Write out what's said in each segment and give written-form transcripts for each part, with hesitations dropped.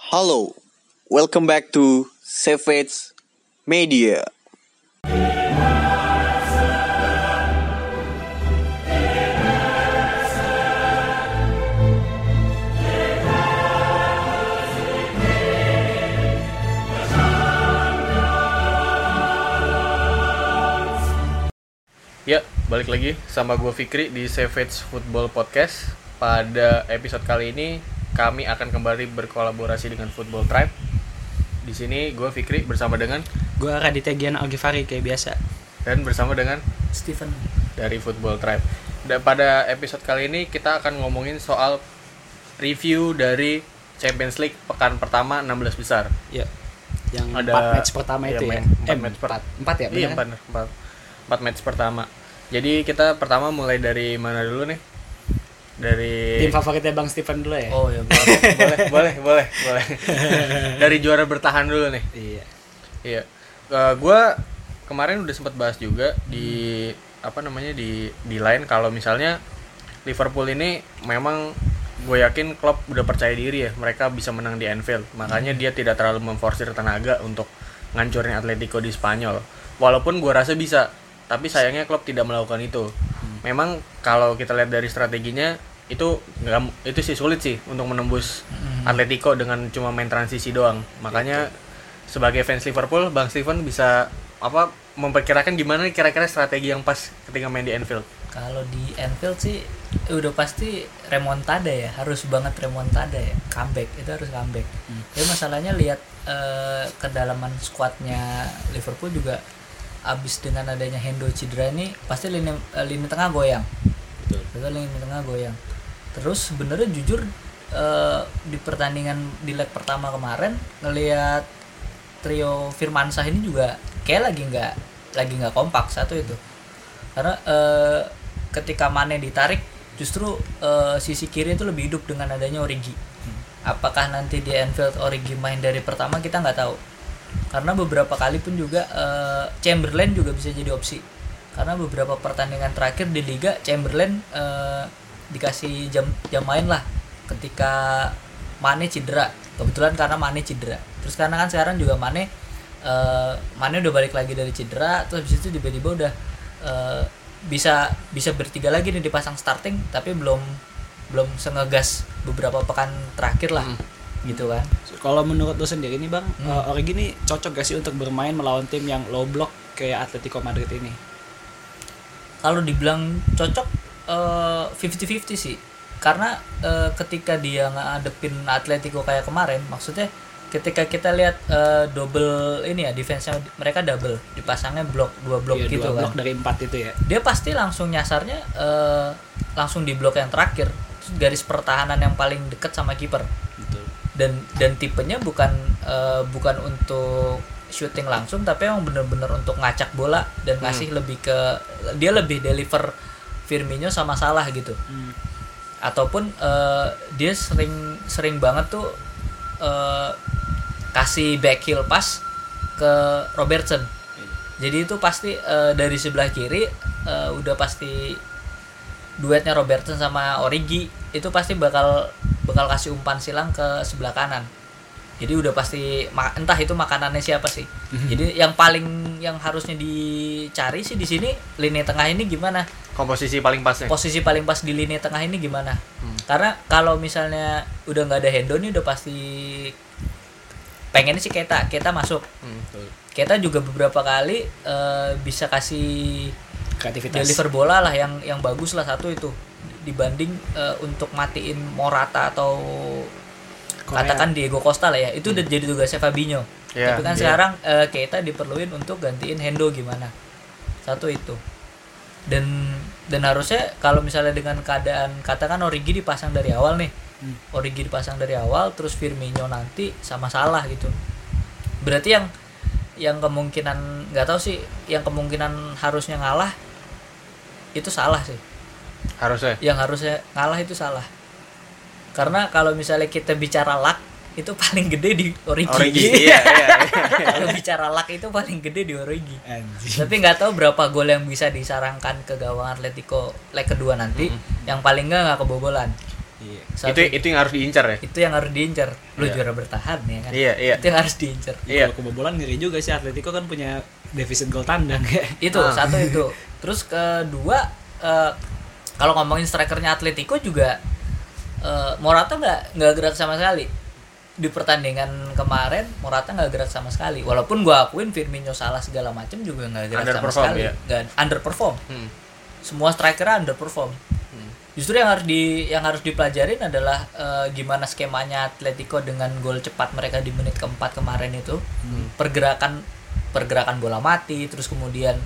Halo, welcome back to Savage Media. Ya, balik lagi sama gue Fikri di Savage Football Podcast. Pada episode kali ini kami akan kembali berkolaborasi dengan Football Tribe. Di sini gue Fikri bersama dengan gue Raditya Gian Algifari kayak biasa. Dan bersama dengan Steven dari Football Tribe. Dan pada episode kali ini kita akan ngomongin soal review dari Champions League pekan pertama 16 besar. Ya. Yang Ada 4 match pertama itu ya. 4 ya, iya, benar. 4 match pertama. Jadi kita pertama mulai dari mana dulu nih? Dari Tim favoritnya Bang Steven dulu ya. Oh ya, boleh. Dari juara bertahan dulu nih. Iya. Gue kemarin udah sempat bahas juga di di line kalau misalnya Liverpool ini memang gue yakin Klopp udah percaya diri ya, mereka bisa menang di Anfield. Makanya dia tidak terlalu memforsir tenaga untuk ngancurin Atletico di Spanyol. Walaupun gue rasa bisa, tapi sayangnya Klopp tidak melakukan itu. Memang kalau kita lihat dari strateginya itu sih sulit sih untuk menembus Atletico dengan cuma main transisi doang. Makanya sebagai fans Liverpool, Bang Steven bisa memperkirakan gimana kira-kira strategi yang pas ketika main di Anfield? Kalau di Anfield sih udah pasti remontada ya, harus banget remontada ya, comeback itu harus comeback. Tapi masalahnya lihat kedalaman skuadnya Liverpool juga, abis dengan adanya Hendo cedera ini pasti lini tengah goyang. Betul, lini tengah goyang. Terus sebenarnya jujur di pertandingan di leg pertama kemarin ngelihat trio Firmansyah ini juga kayak lagi nggak kompak satu itu. Karena ketika Mane ditarik justru sisi kiri itu lebih hidup dengan adanya Origi. Apakah nanti di Anfield Origi main dari pertama kita nggak tahu. Karena beberapa kali pun juga Chamberlain juga bisa jadi opsi. Karena beberapa pertandingan terakhir di Liga Chamberlain dikasih jam main lah ketika Mane cedera. Kebetulan karena Mane cedera. Terus karena kan sekarang juga Mane udah balik lagi dari cedera, terus habis itu tiba-tiba udah bisa bertiga lagi nih dipasang starting, tapi belum sengegas beberapa pekan terakhir lah. Gitu kan. Kalau menurut lo sendiri nih Bang, Origi ini cocok gak sih untuk bermain melawan tim yang low block kayak Atletico Madrid ini? Kalau dibilang cocok 50-50 sih. Karena ketika dia ngadepin Atletico kayak kemarin, maksudnya ketika kita lihat double ini ya, defense-nya mereka double, dipasangnya dua blok gitu kan. 2 blok dari 4 itu ya. Dia pasti langsung nyasarnya langsung di blok yang terakhir. Terus garis pertahanan yang paling dekat sama kiper. Betul. Dan tipenya bukan untuk shooting langsung, tapi emang bener-bener untuk ngacak bola dan ngasih lebih deliver Firmino sama Salah gitu. Ataupun dia sering banget tuh kasih back heel pass ke Robertson. Jadi itu pasti dari sebelah kiri udah pasti duetnya Robertson sama Origi itu pasti bakal kasih umpan silang ke sebelah kanan. Jadi udah pasti entah itu makanannya siapa sih. Jadi yang harusnya dicari sih di sini lini tengah ini gimana? Komposisi paling pasnya. Posisi paling pas di lini tengah ini gimana? Karena kalau misalnya udah nggak ada Hendo nih udah pasti pengennya sih Keita masuk. Keita juga beberapa kali bisa kasih kreativitas, deliver bola lah yang bagus lah satu itu dibanding untuk matiin Morata atau katakan Diego Costa lah ya, itu udah jadi tugasnya Fabinho. Tapi kan sekarang Keita diperluin untuk gantiin Hendo gimana, satu itu. Dan harusnya kalau misalnya dengan keadaan katakan Origi dipasang dari awal nih, terus Firmino nanti sama Salah gitu, berarti yang kemungkinan nggak tahu sih, yang kemungkinan harusnya ngalah itu Salah sih. Yang harusnya ngalah itu Salah. Karena kalau misalnya kita bicara luck itu paling gede di Origi. Iya. Kalau bicara luck itu paling gede di Origi. Tapi nggak tahu berapa gol yang bisa disarankan ke gawang Atletico leg kedua nanti. Yang paling nggak kebobolan. Iya. Satu, Itu yang harus diincar ya. itu yang harus diincar. Lu Iya. juara bertahan ya kan. Iya. Itu yang harus diincar. Iya. Kalau kebobolan ngeri juga sih, Atletico kan punya defisit gol tandang ya. Itu satu itu. Terus kedua, kalau ngomongin strikernya Atletico juga, Morata nggak gerak sama sekali di pertandingan kemarin. Morata nggak gerak sama sekali, walaupun gua akuin Firmino salah segala macam juga nggak gerak sama Underperform, sekali. ya? Nggak underperform. Semua striker underperform. Justru yang harus dipelajarin adalah gimana skemanya Atletico dengan gol cepat mereka di menit keempat kemarin itu. Pergerakan bola mati, terus kemudian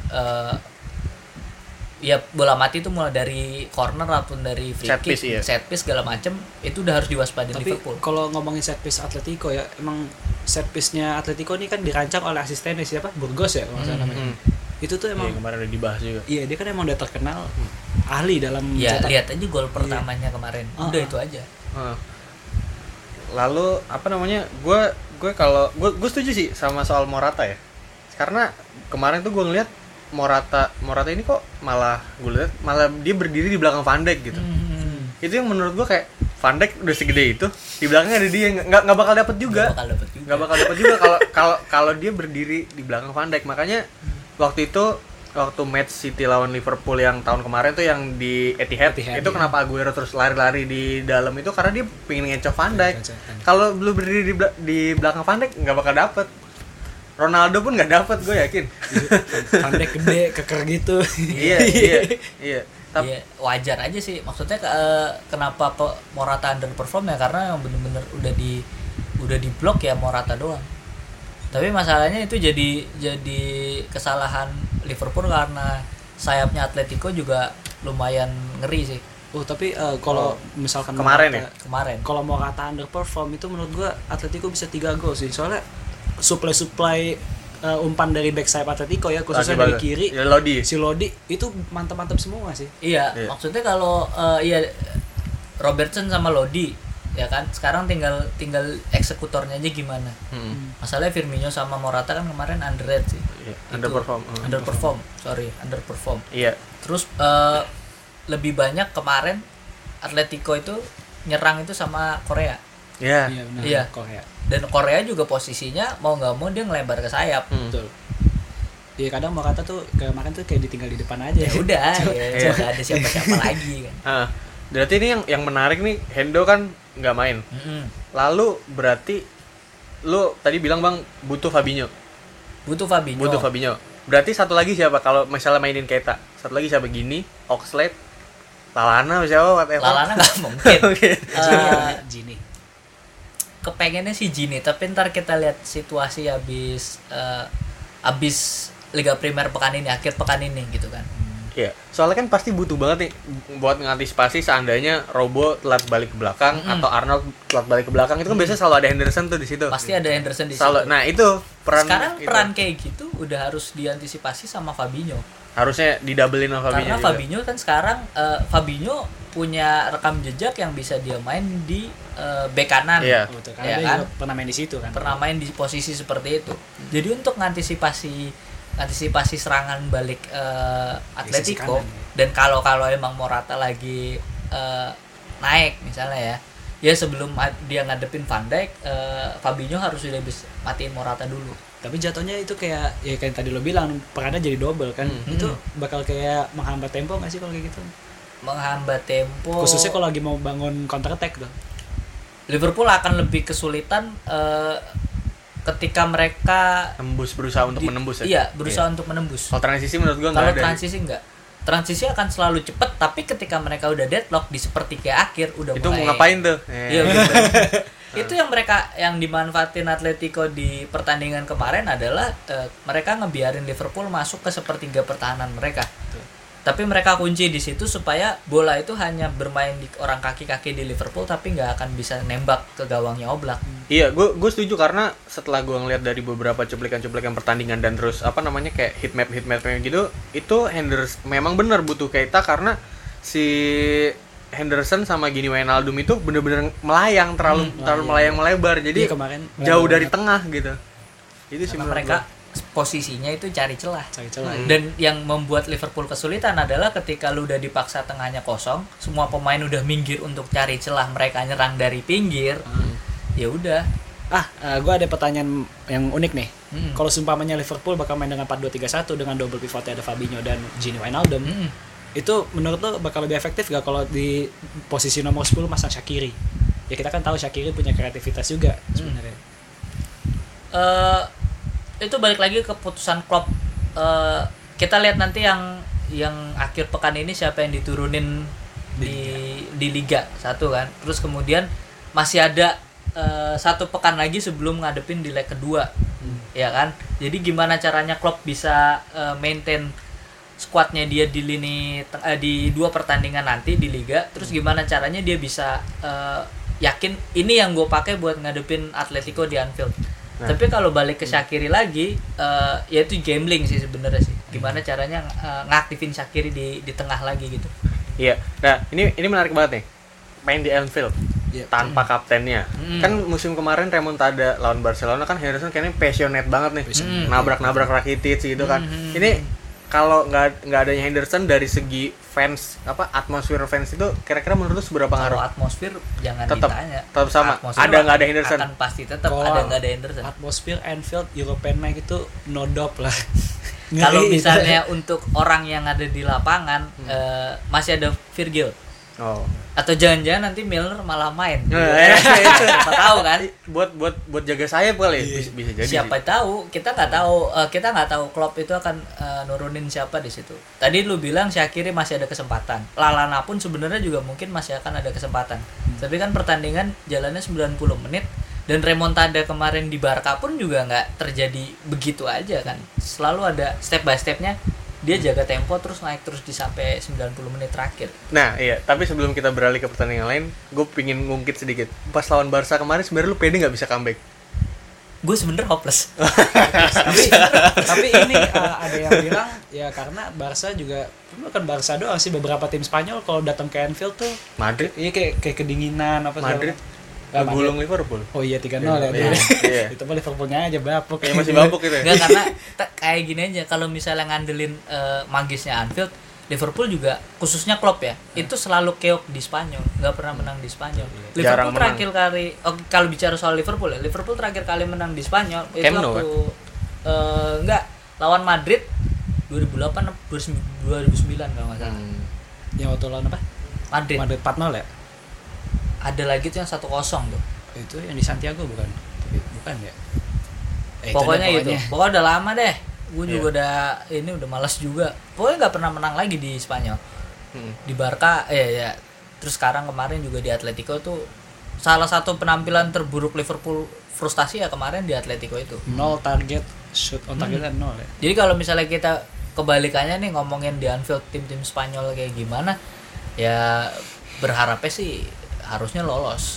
ya bola mati itu mulai dari corner ataupun dari free Set kick, piece, iya. set piece segala macam itu udah harus diwaspadai Tapi Liverpool. kalau ngomongin set piece Atletico ya, emang set piece-nya Atletico ini kan dirancang oleh asistennya siapa? Burgos ya kalau nggak salah namanya. Itu tuh emang Iya, kemarin udah dibahas juga. iya, dia kan emang udah terkenal ahli dalam Ya cetak. lihat aja gol pertamanya kemarin. Udah itu aja. Lalu apa namanya? Gue setuju sih sama soal Morata ya. Karena kemarin tuh gue ngeliat Morata ini kok malah dia berdiri di belakang Van Dijk gitu. Itu yang menurut gue kayak Van Dijk udah segede itu, di belakangnya ada dia, nggak bakal dapet juga. Nggak bakal dapet juga kalau dia berdiri di belakang Van Dijk. Makanya waktu match City lawan Liverpool yang tahun kemarin tuh yang di Etihad itu iya. kenapa Aguero terus lari-lari di dalam itu karena dia pengen ngecoh Van Dijk. Kalau lu berdiri di belakang Van Dijk nggak bakal dapet. Ronaldo pun nggak dapet, gue yakin. Van Dijk gede, keker gitu. Iya. Tapi Ya, wajar aja sih. Maksudnya kenapa Morata underperform ya karena yang bener-bener udah di blok ya Morata doang. Tapi masalahnya itu jadi kesalahan Liverpool karena sayapnya Atletico juga lumayan ngeri sih Tapi kalau misalkan kemarin Morata- ya? kemarin. Kalau Morata underperform itu menurut gua Atletico bisa 3 gol sih. Soalnya supply umpan dari back sayap Atletico ya, khususnya dari kiri. Ya, Lodi. Si Lodi itu mantap-mantap semua sih. Iya, maksudnya kalau Robertson sama Lodi ya kan sekarang tinggal eksekutornya aja gimana. Masalahnya Firmino sama Morata kan kemarin underrated sih. Iya, Underperform. Iya. Terus lebih banyak kemarin Atletico itu nyerang itu sama Korea. Iya. benar. Iya. Korea. Dan Korea juga posisinya mau nggak mau dia ngelebar ke sayap. Betul. Iya, kadang Morata tuh kemarin tuh kayak ditinggal di depan aja. Ya udah, ya nggak ada siapa-siapa lagi kan. Berarti ini yang menarik nih, Hendo kan nggak main. Lalu berarti lu tadi bilang Bang butuh Fabinho. Butuh Fabinho. Berarti satu lagi siapa kalau misalnya mainin Keita? Satu lagi siapa? Gini, Oxlade, Lallana siapa whatever. Lallana nggak mungkin. Oke. Gini. Kepengennya sih Gini, tapi ntar kita lihat situasi habis Liga Primer akhir pekan ini gitu kan. Iya, soalnya kan pasti butuh banget nih buat mengantisipasi seandainya Robo telat balik ke belakang atau Arnold telat balik ke belakang, itu kan biasanya selalu ada Henderson tuh di situ. Pasti ada Henderson di situ. Selalu. Nah, itu Sekarang kayak gitu udah harus diantisipasi sama Fabinho. harusnya didoublein sama Fabinho. Karena juga. Fabinho kan sekarang Fabinho punya rekam jejak yang bisa dia main di bek kanan. Iya. Betul, Ya karena dia kan? juga pernah main di situ kan. Pernah main di posisi seperti itu. Jadi untuk antisipasi serangan balik Atletico kanan, ya. dan kalau emang Morata lagi naik misalnya ya sebelum dia ngadepin Van Dijk, Fabinho harus sudah bisa matiin Morata dulu. Tapi jatuhnya itu kayak ya kayak tadi lo bilang perannya jadi double kan. Itu bakal kayak menghambat tempo nggak sih kalau kayak gitu? Menghambat tempo. Khususnya kalau lagi mau bangun counter attack tuh. Liverpool akan lebih kesulitan ketika mereka berusaha untuk menembus ya. Iya, berusaha untuk menembus. Kalau transisi menurut gua enggak Kalau ada. transisi enggak. Transisi akan selalu cepet, tapi ketika mereka udah deadlock di sepertiga akhir udah Itu mulai. mau ngapain tuh? Iya, betul. Itu yang dimanfaatin Atletico di pertandingan kemarin adalah mereka ngebiarin Liverpool masuk ke sepertiga pertahanan mereka. Tapi mereka kunci di situ supaya bola itu hanya bermain di orang kaki-kaki di Liverpool tapi nggak akan bisa nembak ke gawangnya Oblak. Iya, gue setuju karena setelah gue ngeliat dari beberapa cuplikan-cuplikan pertandingan dan terus kayak heat map gitu, itu Henderson memang benar butuh Keita karena si Henderson sama Gini Wijnaldum itu bener-bener melayang terlalu melayang melebar, jadi Iya, kemarin jauh dari tengah gitu. Itu sih Karena menurut mereka gua. posisinya itu cari celah. Dan yang membuat Liverpool kesulitan adalah ketika lu udah dipaksa tengahnya kosong, semua pemain udah minggir untuk cari celah, mereka nyerang dari pinggir. Ya udah. Gue ada pertanyaan yang unik nih. Kalau seumpamanya Liverpool bakal main dengan 4-2-3-1 dengan double pivotnya ada Fabinho dan Gini Wijnaldum, itu menurut lo bakal lebih efektif gak kalau di posisi nomor 10 masang Shaqiri? Ya kita kan tahu Shaqiri punya kreativitas juga sebenarnya. Itu balik lagi ke keputusan Klopp. Kita lihat nanti yang akhir pekan ini siapa yang diturunin di Liga 1 kan. Terus kemudian masih ada 1 pekan lagi sebelum ngadepin di leg kedua. Ya kan? Jadi gimana caranya Klopp bisa maintain squadnya dia di di 2 pertandingan nanti di Liga. Terus gimana caranya dia bisa yakin ini yang gue pakai buat ngadepin Atletico di Anfield. Tapi kalau balik ke Shaqiri lagi, ya itu gambling sih sebenarnya sih. Gimana caranya ngaktifin Shaqiri di tengah lagi gitu. Iya. Nah, ini menarik banget nih. Main di Anfield tanpa kaptennya. Kan musim kemarin remontada lawan Barcelona kan Henderson kayaknya passionate banget nih. Nabrak-nabrak Rakitic gitu kan. Ini kalau nggak adanya Henderson dari segi fans atmosfer fans itu kira-kira menurut lu seberapa ngaruh? Kalau atmosfer jangan ditanya. Tetap sama. Ada nggak ada Henderson? Akan pasti tetap ada nggak ada Henderson. Atmosfer Anfield European night itu no doubt lah. Kalau misalnya untuk orang yang ada di lapangan masih ada Virgil. Atau jangan-jangan nanti Milner malah main. Siapa tahu kan? Buat jaga sayap kali. Bisa jadi. Siapa tahu? Kita nggak tahu Klopp itu akan nurunin siapa di situ. Tadi lu bilang Shaqiri masih ada kesempatan. Lallana pun sebenarnya juga mungkin masih akan ada kesempatan. Tapi kan pertandingan jalannya 90 menit dan remontada kemarin di Barca pun juga nggak terjadi begitu aja kan. Selalu ada step by stepnya. Dia jaga tempo terus naik terus di sampai 90 menit terakhir. Nah iya, tapi sebelum kita beralih ke pertandingan lain, gue pingin ngungkit sedikit. Pas lawan Barca kemarin sebenarnya lu pede nggak bisa comeback? Gue sebenernya hopeless. tapi ini ada yang bilang ya karena Barca juga bukan Barca doang sih, beberapa tim Spanyol kalau datang ke Anfield tuh Madrid, iya kayak kedinginan apa Madrid. Gulung Liverpool. Oh iya 3-0 ya. Iya. Itu mah Liverpoolnya aja bapuk. Ya masih bapuk gitu ya. Enggak, karena kayak gini aja, kalau misalnya ngandelin magisnya Anfield, Liverpool juga khususnya Klopp ya, itu selalu keok di Spanyol, nggak pernah menang di Spanyol. Liverpool terakhir kali kalau bicara soal Liverpool ya, Liverpool terakhir kali menang di Spanyol itu waktu enggak lawan Madrid 2008 2009 kalau nggak salah. Yang waktu lawan apa? Madrid 4-0 ya? Ada lagi tuh yang 1-0 tuh. Itu yang di Santiago bukan? Bukan ya? Pokoknya itu. Pokoknya udah lama deh. Gue juga udah malas juga. Pokoknya nggak pernah menang lagi di Spanyol. Di Barca ya. Terus sekarang kemarin juga di Atletico tuh salah satu penampilan terburuk Liverpool, frustasi ya kemarin di Atletico itu. 0 target, shoot on target 0 ya. Jadi kalau misalnya kita kebalikannya nih ngomongin di Anfield tim-tim Spanyol kayak gimana, ya berharapnya sih harusnya lolos.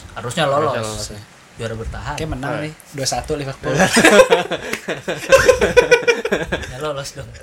Juara bertahan. Kayak menang nih 2-1 Liverpool. Ya lolos dong.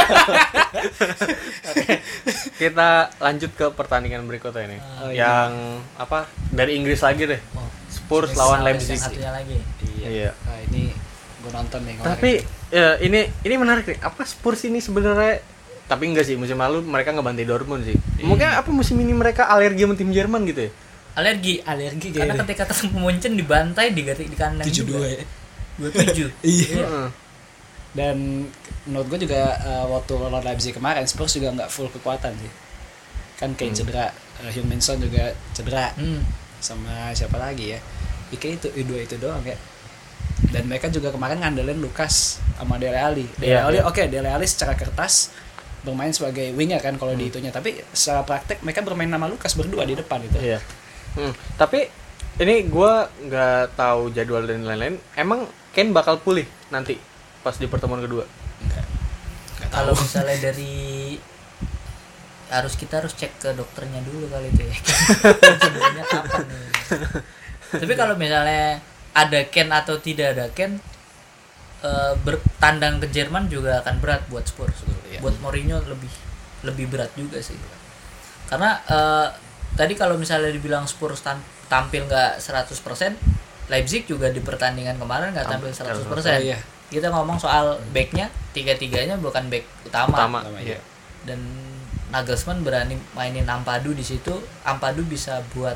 Oke. Kita lanjut ke pertandingan berikutnya ini. Yang apa? Dari Inggris lagi deh. Spurs lawan Leipzig. Satunya lagi. Iya. Nah, ini gue nonton nih. Tapi ya, ini menarik nih. Apa Spurs ini sebenarnya? Tapi enggak sih, musim lalu mereka ngebantai Dortmund sih. Mungkin apa musim ini mereka alergi sama tim Jerman gitu ya? Alergi karena ketika ketemu Munchen dibantai di kandang 7-2 juga. ya. 27. Iya. Dan menurut gue juga waktu lawan Leipzig kemarin Spurs juga nggak full kekuatan sih. Kan kayak cedera, Heung-min-son juga cedera. Sama siapa lagi ya? Kayak itu itu doang ya. Dan mereka juga kemarin ngandelin Lucas sama Dele Alli. Dele Alli secara kertas bermain sebagai winger kan kalau di itunya, tapi secara praktek mereka bermain nama Lucas berdua di depan itu. Iya. Tapi ini gue nggak tahu jadwal dan lain-lain. Emang Kane bakal pulih nanti pas di pertemuan kedua? Enggak Kalau misalnya dari kita harus cek ke dokternya dulu kali itu ya. Sebenarnya kapan nih? Tapi kalau misalnya ada Kane atau tidak ada Kane, bertandang ke Jerman juga akan berat buat Spurs. Buat Mourinho lebih berat juga sih. Karena tadi kalau misalnya dibilang Spurs tampil nggak 100%, Leipzig juga di pertandingan kemarin nggak tampil 100%. Iya. kita ngomong soal backnya, tiga-tiganya bukan back utama. Iya. Dan Nagelsmann berani mainin Ampadu di situ. Ampadu bisa buat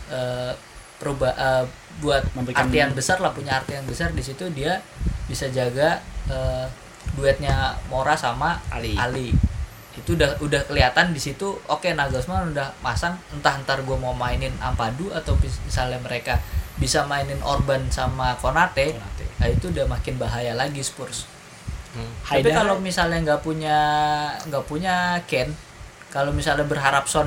buat Memberikan artian besar lah, punya artian besar di situ. Dia bisa jaga duetnya Mora sama Ali. Itu udah kelihatan di situ. Oke, Nagelsmann udah masang, entah ntar gue mau mainin Ampadu atau misalnya mereka bisa mainin Orban sama Konate. Nah, itu udah makin bahaya lagi Spurs. Tapi kalau misalnya nggak punya Ken, kalau misalnya berharap Son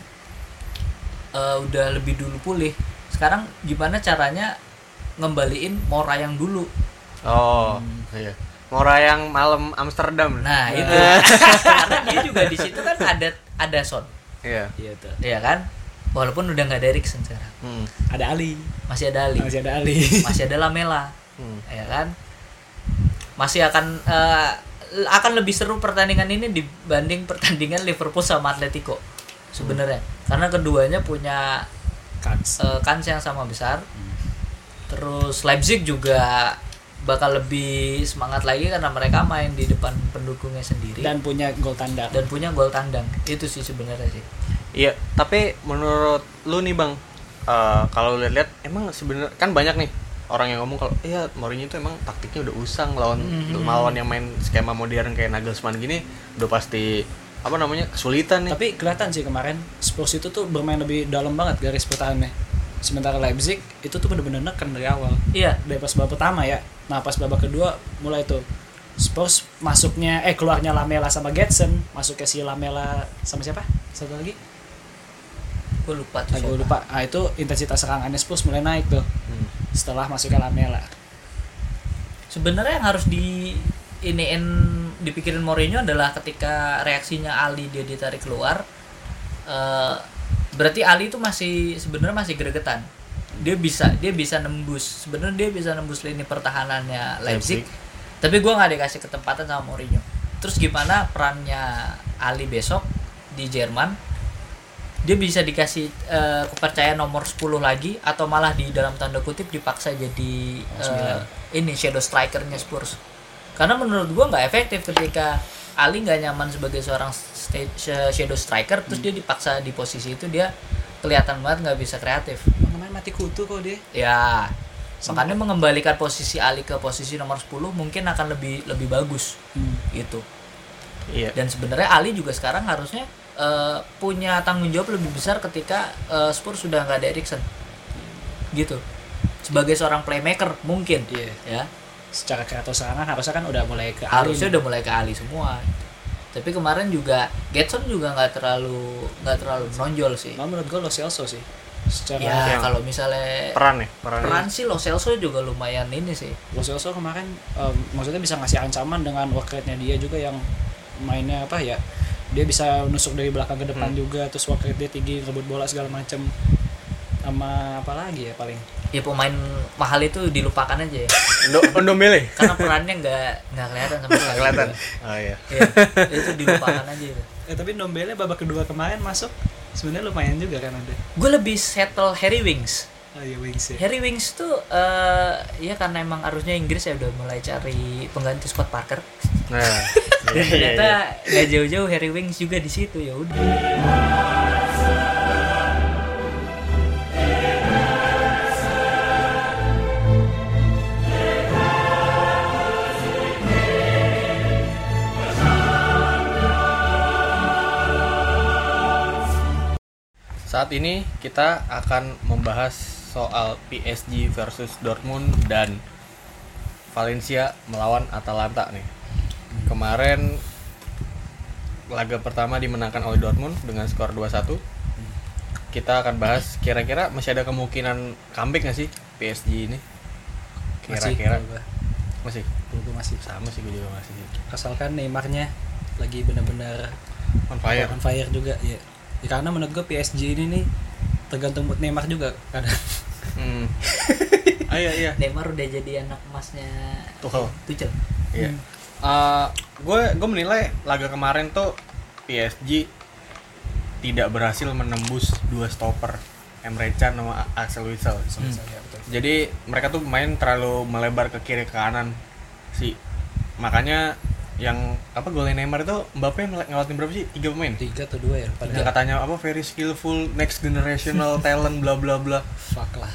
udah lebih dulu pulih, sekarang gimana caranya ngembaliin Mora yang dulu? Iya. Mora yang malam Amsterdam. Nah, itu. Karena dia juga di situ kan ada Son. Iya. Iya kan? Walaupun udah nggak ada Eriksen sekarang. Ada Ali. Masih ada Ali. Masih ada Lamela. Ya kan? Masih akan lebih seru pertandingan ini dibanding pertandingan Liverpool sama Atletico sebenarnya. Karena keduanya punya kans yang sama besar. Terus Leipzig juga bakal lebih semangat lagi karena mereka main di depan pendukungnya sendiri dan punya gol tandang. Itu sih sebenarnya sih. Iya, tapi menurut lu nih Bang, kalau lihat emang sebenarnya kan banyak nih orang yang ngomong kalau iya Mourinho itu emang taktiknya udah usang lawan yang main skema modern kayak Nagelsmann gini udah pasti kesulitan nih. Tapi kelihatan sih kemarin Spurs itu tuh bermain lebih dalam banget garis pertahanannya. Sementara Leipzig itu tuh benar-benar neken dari awal. Iya. Dari pas babak pertama ya. Nah, pas babak kedua mulai tuh Spurs keluarnya Lamela sama Gedson, masuknya si Lamela sama siapa? Satu lagi? Gue lupa. Nah, itu intensitas serangannya Spurs mulai naik tuh. Setelah masuknya Lamela. Sebenarnya yang harus dipikirin Mourinho adalah ketika reaksinya Ali dia ditarik keluar, berarti Ali itu sebenarnya masih gregetan. Dia bisa nembus lini pertahanannya Leipzig. Tapi gue nggak dikasih ketempatan sama Mourinho. Terus gimana perannya Ali besok di Jerman? Dia bisa dikasih kepercayaan nomor 10 lagi atau malah di dalam tanda kutip dipaksa jadi shadow strikernya Spurs. Karena menurut gua nggak efektif ketika Ali nggak nyaman sebagai seorang shadow striker, terus dia dipaksa di posisi itu, dia kelihatan banget nggak bisa kreatif. Namanya mati kutu kok dia. Ya, makanya mengembalikan posisi Ali ke posisi nomor 10 mungkin akan lebih bagus gitu. Iya. Dan sebenarnya Ali juga sekarang harusnya punya tanggung jawab lebih besar ketika Spurs sudah nggak ada Eriksen gitu, sebagai seorang playmaker mungkin. Ya secara kreatif serangan harusnya kan udah mulai ke Ali semua. Tapi kemarin juga Gedson juga nggak terlalu menonjol sih. Menurut gue Lo Celso sih secara kalau misalnya peran sih Lo Celso juga lumayan ini sih. Lo Celso kemarin maksudnya bisa ngasih ancaman dengan work rate-nya dia juga yang mainnya dia bisa nusuk dari belakang ke depan juga, terus work rate dia tinggi, ngebut bola segala macem. Sama apa lagi ya paling? Ya pemain mahal itu dilupakan aja ya. Ndombele. Karena perannya nggak kelihatan sama sekali. Kelihatan. Oh iya. Itu dilupakan aja itu. Tapi Ndombele babak kedua kemarin masuk sebenarnya lumayan juga kan ada. Gue lebih settle Harry Winks. Oh iya, Winks ya. Harry Winks tuh ya karena emang harusnya Inggris ya udah mulai cari pengganti Scott Parker. Nah, dan ternyata nggak jauh-jauh Harry Winks juga di situ, ya udah. saat ini kita akan membahas soal PSG versus Dortmund dan Valencia melawan Atalanta nih. Kemarin laga pertama dimenangkan oleh Dortmund dengan skor 2-1. Kita akan bahas kira-kira masih ada kemungkinan comeback nggak sih PSG ini? Kira-kira masih. Gue masih sama sih, gue juga masih. Asalkan Neymarnya lagi benar-benar on fire juga ya. Karena menurut gue PSG ini nih tergantung mood Neymar juga kadang. Iya. Neymar udah jadi anak emasnya Tuchel. Iya. Gue menilai laga kemarin tuh PSG tidak berhasil menembus dua stopper, Emre Can sama Axel Witsel. Jadi mereka tuh main terlalu melebar ke kiri ke kanan Makanya yang apa golnya Neymar itu Mbappe ngelawatin berapa sih? 3 pemain? 3 atau 2 ya? Yang katanya apa very skillful next generational talent bla bla bla. Fuck lah.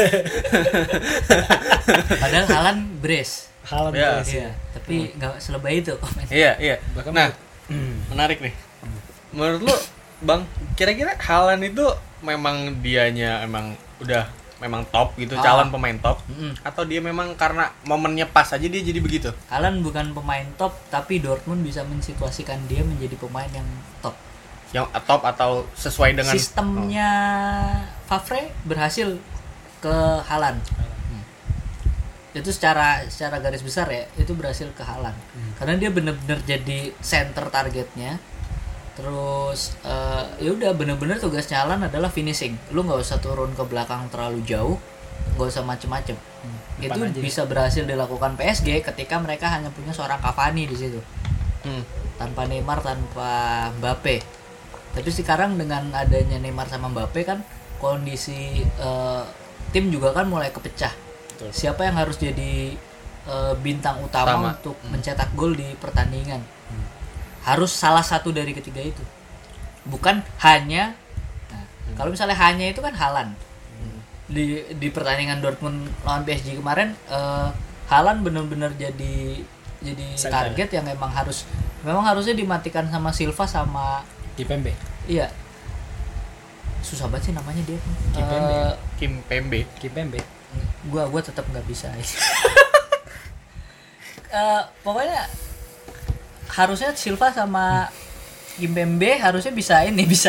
Padahal Haaland brace. Haaland Ya. brace, Iya, tapi nggak selebay itu komen. Iya. Bahkan Nah, menarik nih. Menurut lu, Bang, kira-kira Haaland itu memang dianya memang top gitu, calon pemain top, atau dia memang karena momennya pas aja dia jadi begitu? Haaland bukan pemain top, tapi Dortmund bisa mensituasikan dia menjadi pemain yang top. Yang top atau sesuai dengan Sistemnya Favre berhasil ke Haaland. Itu secara garis besar ya, itu berhasil ke Haaland. Karena dia benar-benar jadi center targetnya. Terus ya udah bener-bener tugasnya Haaland adalah finishing. Lu nggak usah turun ke belakang terlalu jauh, nggak usah macem-macem. Itu bisa berhasil dilakukan PSG ketika mereka hanya punya seorang Cavani di situ, tanpa Neymar, tanpa Mbappe. Tapi sekarang dengan adanya Neymar sama Mbappe kan kondisi tim juga kan mulai kepecah. Betul. Siapa yang harus jadi bintang utama untuk mencetak gol di pertandingan? Harus salah satu dari ketiga itu, bukan hanya kalau misalnya hanya itu kan Haaland. Di pertandingan Dortmund lawan PSG kemarin, Haaland benar-benar jadi target yang memang harusnya dimatikan sama Silva sama Kimpembe. Iya, susah banget sih namanya dia. Kimpembe. Gua tetap nggak bisa. Pokoknya harusnya Silva sama Kimpembe harusnya bisa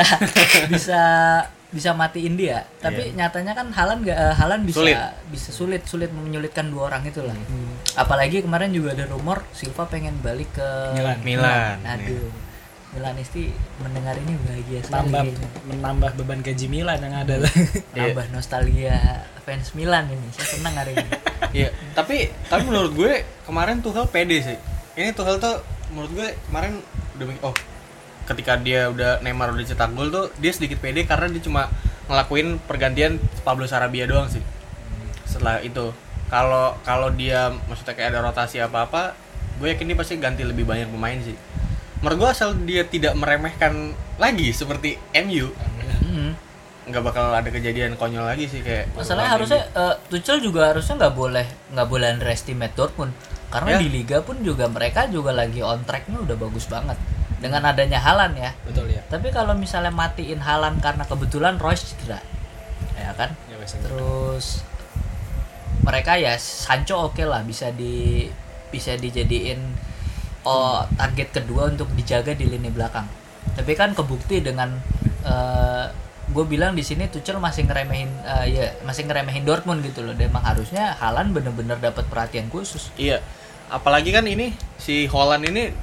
matiin dia. Tapi nyatanya kan Haaland bisa sulit menyulitkan dua orang itulah. Apalagi kemarin juga ada rumor Silva pengen balik ke Milan. Aduh. Milanisti mendengar ini bahagia sekali. Menambah beban gaji Milan yang ada. Tambah nostalgia fans Milan ini. Saya senang hari ini. Iya, tapi menurut gue kemarin Tuchel pede sih. Ini Tuchel tuh menurut gue kemarin udah ketika dia Neymar udah cetak gol tuh dia sedikit pede karena dia cuma ngelakuin pergantian Pablo Sarabia doang sih. Setelah itu kalau dia maksudnya kayak ada rotasi apa-apa, gue yakin dia pasti ganti lebih banyak pemain sih. Menurut gue asal dia tidak meremehkan lagi seperti MU, nggak bakal ada kejadian konyol lagi sih kayak. Masalahnya harusnya Tuchel juga harusnya nggak boleh underestimate Dortmund. Karena di Liga pun juga mereka juga lagi on tracknya udah bagus banget dengan adanya Haaland ya. Betul ya. Tapi kalau misalnya matiin Haaland karena kebetulan Royce cedera, ya kan. Ya, terus mereka ya Sancho oke lah bisa dijadiin target kedua untuk dijaga di lini belakang. Tapi kan kebukti dengan gue bilang di sini Tuchel masih ngeremehin Dortmund gitu loh. Dan emang harusnya Haaland bener-bener dapat perhatian khusus. Iya. Apalagi kan ini si Haaland ini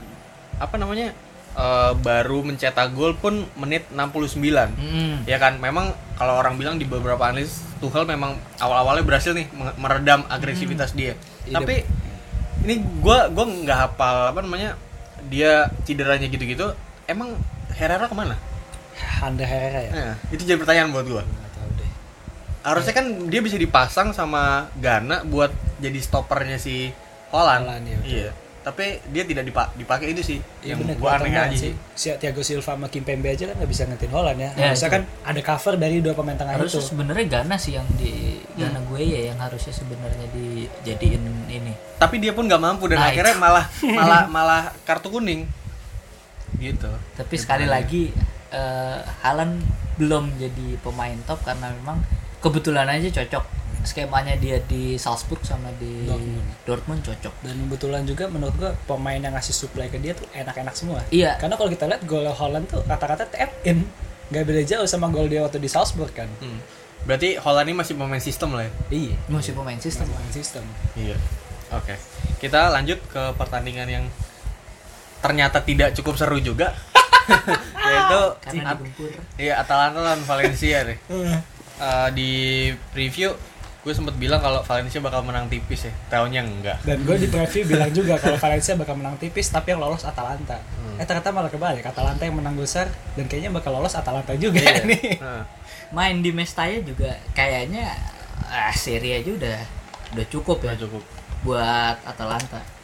baru mencetak gol pun menit 69. Ya kan memang kalau orang bilang di beberapa analis Tuchel memang awal-awalnya berhasil nih meredam agresivitas dia. Tapi ini gua nggak hafal dia cederanya gitu-gitu. Emang Herrera kemana? Hande Herrera ya. Nah, itu jadi pertanyaan buat gua. Nggak tahu deh. Harusnya kan dia bisa dipasang sama Ghana buat jadi stoppernya si Haaland. Ya, iya. Tapi dia tidak dipakai itu sih. Ya, yang bener, gua aneh aja sih. sih. Si Thiago Silva sama Kimpembe aja kan nggak bisa ngetin Haaland ya. Ya, Harusnya kan ada cover dari dua pemain tengah harusnya itu. sebenarnya Ghana sih yang di Ghana gue ya yang harusnya sebenarnya dijadiin ini. Tapi dia pun nggak mampu dan akhirnya malah kartu kuning. Gitu. Tapi sekali lagi Haaland belum jadi pemain top karena memang kebetulan aja cocok skemanya dia di Salzburg sama di Dortmund cocok. Dan kebetulan juga menurut gua pemain yang ngasih supply ke dia tuh enak-enak semua. Iya. Karena kalau kita lihat gol Haaland tuh rata-rata tap in, nggak beda jauh sama gol dia waktu di Salzburg kan. Berarti Haaland ini masih pemain sistem lah ya. Iya. Masih pemain sistem. Pemain sistem. Iya. Oke. Kita lanjut ke pertandingan yang ternyata tidak cukup seru juga. Yaitu Karena digempur. Iya, Atalanta lawan Valencia nih. Di preview gue sempet bilang kalau Valencia bakal menang tipis ya. Taunya enggak. Dan gue di preview bilang juga kalau Valencia bakal menang tipis tapi yang lolos Atalanta. Ternyata malah kebalik. Atalanta yang menang besar dan kayaknya bakal lolos Atalanta juga nih. Main di Mestalla juga kayaknya seri aja udah cukup ya. Cukup. Buat Atalanta.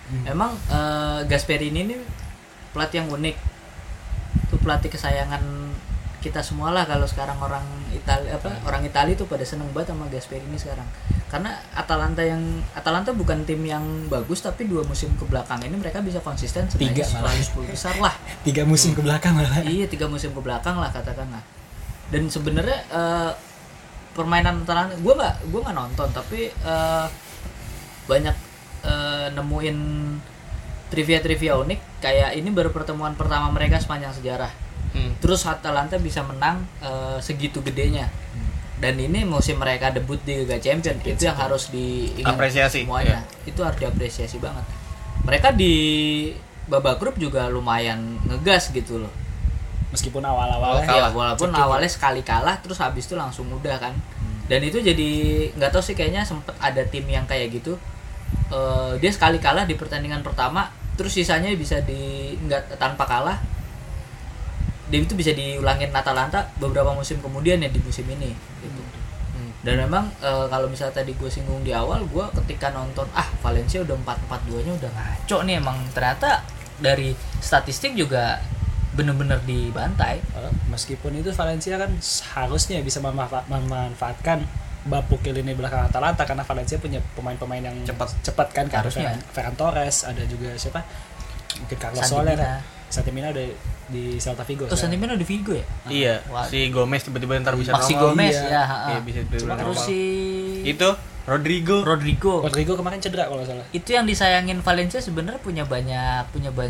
Memang Gasperini ini pelatih yang unik. Itu pelatih kesayangan kita semua lah kalau sekarang orang Italia tuh pada seneng banget sama Gasperini sekarang. Karena Atalanta bukan tim yang bagus, tapi 2 musim ke belakang ini mereka bisa konsisten selalu 10 besar lah. 3 musim ke belakang malah. Iya, 3 musim ke belakang lah katakanlah. Dan sebenarnya permainan Atalanta gue nggak nonton, tapi banyak nemuin trivia unik kayak ini baru pertemuan pertama mereka sepanjang sejarah. Terus Atalanta bisa menang segitu gedenya. Dan ini musim mereka debut di Liga Champions, itu yang harus diingat semuanya. Itu harus diapresiasi banget. Mereka di babak grup juga lumayan ngegas gitu loh. Meskipun awal-awalnya ya, walaupun awalnya sekali kalah terus habis itu langsung udah kan. Dan itu jadi nggak tahu sih, kayaknya sempet ada tim yang kayak gitu. Dia sekali kalah di pertandingan pertama, terus sisanya bisa tanpa kalah. Dia itu bisa diulangin Atalanta beberapa musim kemudian ya, di musim ini gitu. Dan memang kalau misalnya tadi gue singgung di awal, gue ketika nonton Valencia udah 4-4-2-nya udah ngaco nih, emang ternyata dari statistik juga bener-bener dibantai. Meskipun itu Valencia kan harusnya bisa memanfaatkan bapuk lini belakang Atalanta, karena Valencia punya pemain-pemain yang cepat kan, harusnya. Ferran Torres, ada juga siapa? Mungkin Carlos Soler. Santimina ada di Celta Vigo. Terus Santimina di Vigo ya? Iya. Si Gomez tiba-tiba ntar bisa Maxi Gomez ya. Iya, bisa tiba-tiba terus si itu Rodrigo kemarin cedera kalau salah. Itu yang disayangin Valencia sebenarnya punya banyak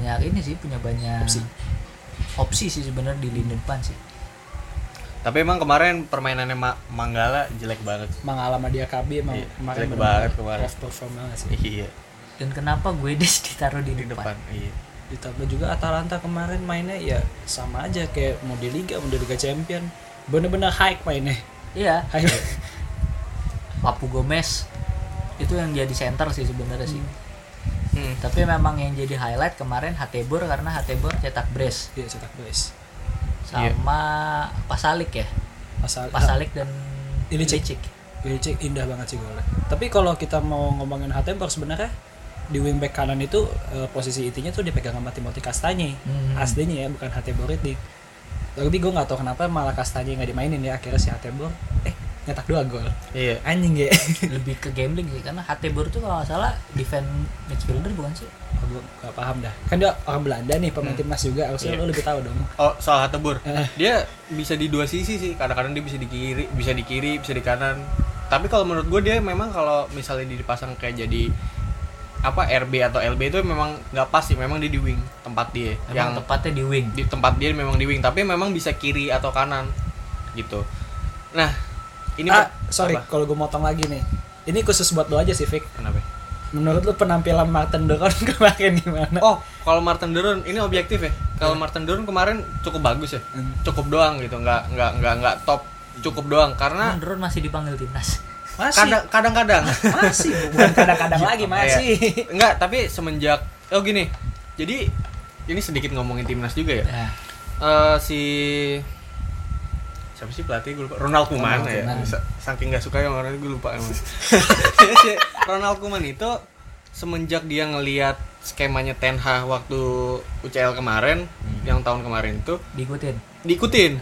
opsi sih sebenarnya di lini depan sih. Tapi emang kemarin permainannya Mangala jelek banget. Mangala sama Diakabi emang kemarin jelek banget kemarin. Off perform banget sih. Iya. Dan kenapa Guedes ditaruh di depan? Iya. Ditambah juga Atalanta kemarin mainnya ya sama aja kayak mau di Liga Champion. Bener-bener high mainnya. Iya. High. Papu Gomez itu yang jadi center sih sebenarnya sih. Tapi memang yang jadi highlight kemarin Hateboer, karena Hateboer cetak brace. Iya, cetak brace. Sama Pasalic ya. Pasalic dan Ilicic indah banget sih golnya. Tapi kalau kita mau ngomongin Hateboer sebenarnya di wingback kanan itu posisi intinya tuh dipegang sama Timothy Castagne. Aslinya ya, bukan Hateboer itu. Tapi gue nggak tahu kenapa malah Castagne nggak dimainin ya, akhirnya si Hateboer nyetak 2 gol. Iya. Anjing ya. Lebih ke gambling sih, karena Hateboer tuh kalau nggak salah defend midfielder bukan sih? Gue nggak paham dah. Kan dia orang Belanda nih, pemain timnas juga. Harusnya lo lebih tahu dong. Oh, soal Hateboer. Dia bisa di 2 sisi sih. Kadang-kadang dia bisa di kiri, bisa di kanan. Tapi kalau menurut gue dia memang kalau misalnya dipasang kayak jadi RB atau LB itu memang nggak pas sih, memang dia di wing tempat dia. Yang tepatnya di wing. Di tempat dia memang di wing, tapi memang bisa kiri atau kanan gitu. Nah, ini kalau gue motong lagi nih. Ini khusus buat lo aja sih, Vic. Kenapa? Menurut lo penampilan Marten de Roon kemarin gimana? Oh, kalau Marten de Roon ini objektif ya. Kalau Marten de Roon kemarin cukup bagus ya. Cukup doang gitu, nggak top, cukup doang karena de Roon masih dipanggil timnas. Masih. Kadang-kadang. Masih, bukan kadang-kadang lagi masih. Enggak, tapi semenjak gini. Jadi ini sedikit ngomongin timnas juga ya. Siapa sih pelatih, gue lupa. Ronald Koeman ya. Saking gak suka yang orang gue lupa emang. Ronald Koeman itu semenjak dia ngelihat skemanya Ten Hag waktu UCL kemarin, yang tahun kemarin itu diikutin.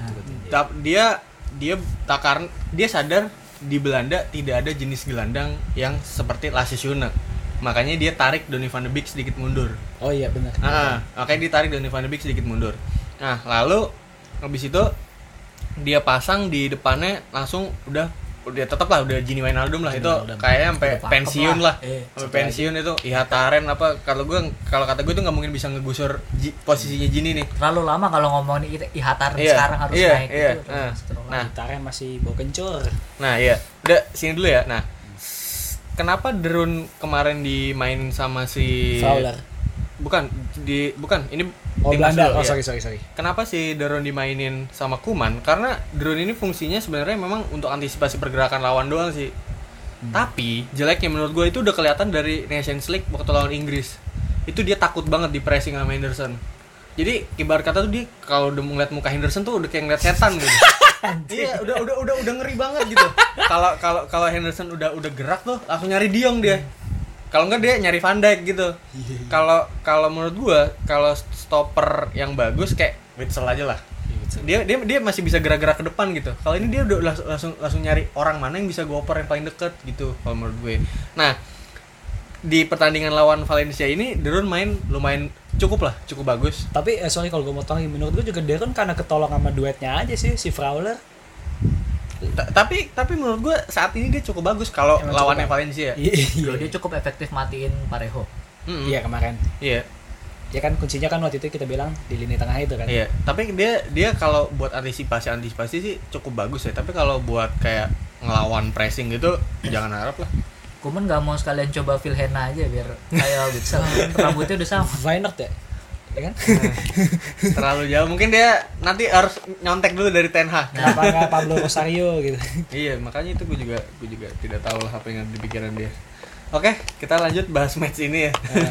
Dia sadar di Belanda tidak ada jenis gelandang yang seperti Lasse Schöne. Makanya dia tarik Donny van de Beek sedikit mundur. Oh iya benar. Makanya dia tarik Donny van de Beek sedikit mundur. Nah, lalu habis itu dia pasang di depannya langsung udah tetap lah udah Gini Wijnaldum lah, itu kayaknya sampai pensiun lah. Sampai pensiun itu Ihataren kalau kata gue tuh nggak mungkin bisa ngegusur posisinya Gini nih. Terlalu lama kalau ngomongin Ihataren sekarang harus naik gitu. Nah, Ihataren masih bau kencur. Nah, iya. Udah sini dulu ya. Nah, kenapa de Roon kemarin dimainin sama si Fowler? Bukan ini Belanda. dulu, Sorry. Kenapa si de Roon dimainin sama Koeman? Karena de Roon ini fungsinya sebenarnya memang untuk antisipasi pergerakan lawan doang sih. Tapi jeleknya menurut gue itu udah kelihatan dari Nations League waktu lawan Inggris. Itu dia takut banget di pressing sama Henderson. Jadi ibarat kata tuh dia kalau udah ngeliat muka Henderson tuh udah kayak ngeliat setan gitu. Iya, udah ngeri banget gitu. Kalau Henderson udah gerak tuh langsung nyari Diong dia. Kalau enggak dia nyari Van Dijk gitu. Kalau menurut gua kalau stopper yang bagus kayak Witsel aja lah. Dia masih bisa gerak-gerak ke depan gitu. Kalau ini dia udah langsung nyari orang mana yang bisa goper yang paling deket gitu kalau menurut gue. Nah, di pertandingan lawan Valencia ini De Roon main lumayan cukup bagus. Tapi sorry kalau gue motongin, menurut gue juga De Roon karena ketolong sama duetnya aja sih si Fowler. Tapi menurut gue saat ini dia cukup bagus kalau lawannya Valencia. Iya. Dia cukup efektif matiin Parejo. Iya kemarin. Iya. Ya kan kuncinya kan waktu itu kita bilang di lini tengah itu kan. Iya, tapi dia kalau buat antisipasi sih cukup bagus ya. Tapi kalau buat kayak ngelawan pressing gitu jangan harap lah. Kuman nggak mau sekalian coba Vilhena aja biar kayak Witsel. Rambutnya udah sama. Feyenoord ya kan? Terlalu jauh. Mungkin dia nanti harus nyontek dulu dari Ten Hag. Kenapa nggak Pablo Rosario gitu? Iya, makanya itu gue juga tidak tahu lah apa yang ada di pikiran dia. Oke, kita lanjut bahas match ini ya.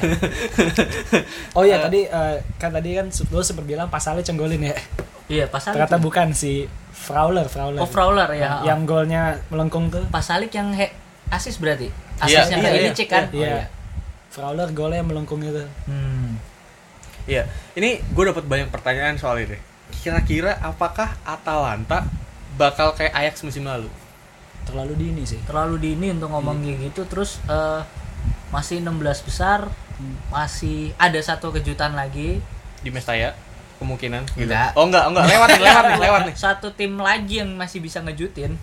Oh iya, tadi kan lo sempat bilang Pasalnya cenggolin ya. Iya, Pasalik. Ternyata bukan si Fowler. Oh, Fowler ya. Yang golnya melengkung tuh. Pasalik yang asis berarti. Asisnya kayak Ilicic kan? Iya. Fowler golnya yang melengkung itu. Iya, ini gue dapat banyak pertanyaan soal ini. Kira-kira apakah Atalanta bakal kayak Ajax musim lalu? Terlalu dini sih. Terlalu dini untuk ngomong kayak gitu. Terus masih 16 besar, masih ada satu kejutan lagi Di Mestalla kemungkinan gitu. Enggak. Oh enggak, lewat nih. Satu tim lagi yang masih bisa ngejutin,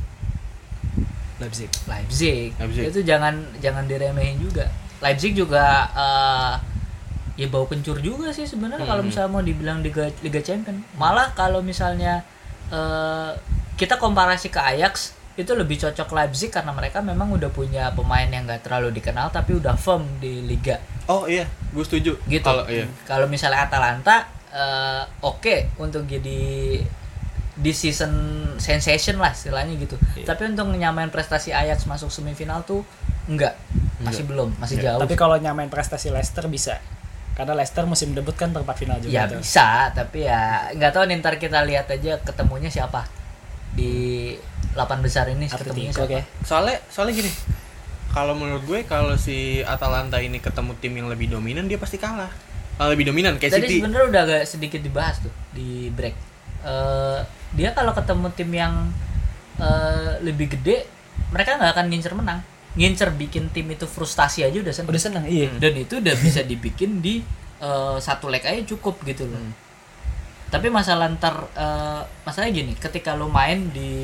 Leipzig. Itu jangan diremehin juga. Leipzig juga ya bau kencur juga sih sebenarnya kalau misalnya mau dibilang Liga Champions. Malah kalau misalnya kita komparasi ke Ajax, itu lebih cocok Leipzig karena mereka memang udah punya pemain yang nggak terlalu dikenal tapi udah firm di liga. Oh iya, gue setuju. Gitu. Kalau misalnya Atalanta oke untuk jadi di season sensation lah istilahnya gitu. Tapi untuk nyamain prestasi Ajax masuk semifinal tuh masih belum, masih jauh. Tapi kalau nyamain prestasi Leicester bisa. Karena Leicester musim debut kan perempat final juga. Ya tuh. Bisa, tapi ya nggak tahu nih, ntar kita lihat aja ketemunya siapa di 8 besar ini ketemunya siapa. Okay. Soalnya gini, kalau menurut gue kalau si Atalanta ini ketemu tim yang lebih dominan dia pasti kalah. Lebih dominan kayak Tadi City. Tadi sebenarnya udah agak sedikit dibahas tuh di break. Dia kalau ketemu tim yang lebih gede, mereka nggak akan ngincer menang. Ngincer bikin tim itu frustasi aja udah seneng. Iya. Dan itu udah bisa dibikin di satu leg aja cukup gitu loh. Tapi masalah masalahnya gini, ketika lo main di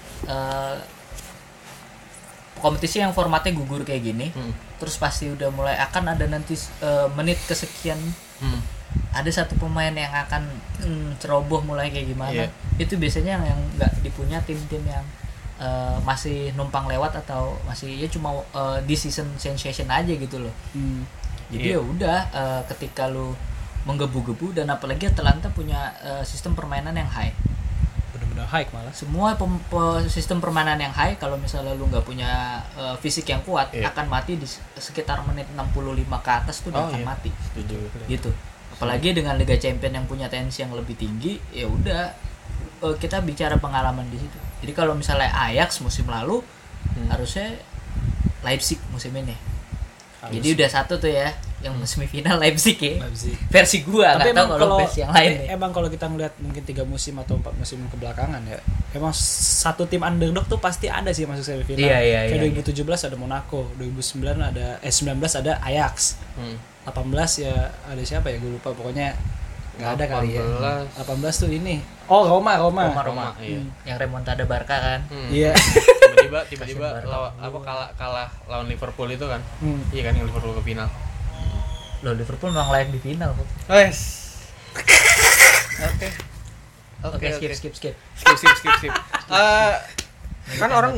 kompetisi yang formatnya gugur kayak gini, terus pasti udah mulai akan ada nanti menit kesekian ada satu pemain yang akan ceroboh mulai kayak gimana. Itu biasanya yang nggak dipunya tim-tim yang masih numpang lewat atau masih ya cuma di season sensation aja gitu loh. Jadi ya udah ketika lu menggebu-gebu, dan apalagi Atalanta punya sistem permainan yang high. Benar-benar high malah. Semua sistem permainan yang high, kalau misalnya lu nggak punya fisik yang kuat, akan mati di sekitar menit 65 ke atas tuh akan mati. Gitu. Apalagi dengan Liga Champions yang punya tensi yang lebih tinggi, ya udah kita bicara pengalaman di situ. Jadi kalau misalnya Ajax musim lalu, harusnya Leipzig musim ini. Jadi udah satu tuh ya, yang semifinal Leipzig ya. Versi gua, nggak tahu kalau versi yang lain. Emang kalau kita ngeliat mungkin 3 musim atau 4 musim kebelakangan ya, emang satu tim underdog tuh pasti ada sih masuk semifinal. Iya. Kayak 2017 ada Monaco, 2019 ada Ajax, 18 ya ada siapa ya, gue lupa, pokoknya nggak ada kali ya. 18 tuh ini. Oh Roma. Iya. Yang remontada Barca kan. Iya. tiba-tiba kalah lawan Liverpool itu kan. Iya kan, yang Liverpool ke final. Loh, Liverpool memang layak di final kok. Oke, skip. Kan orang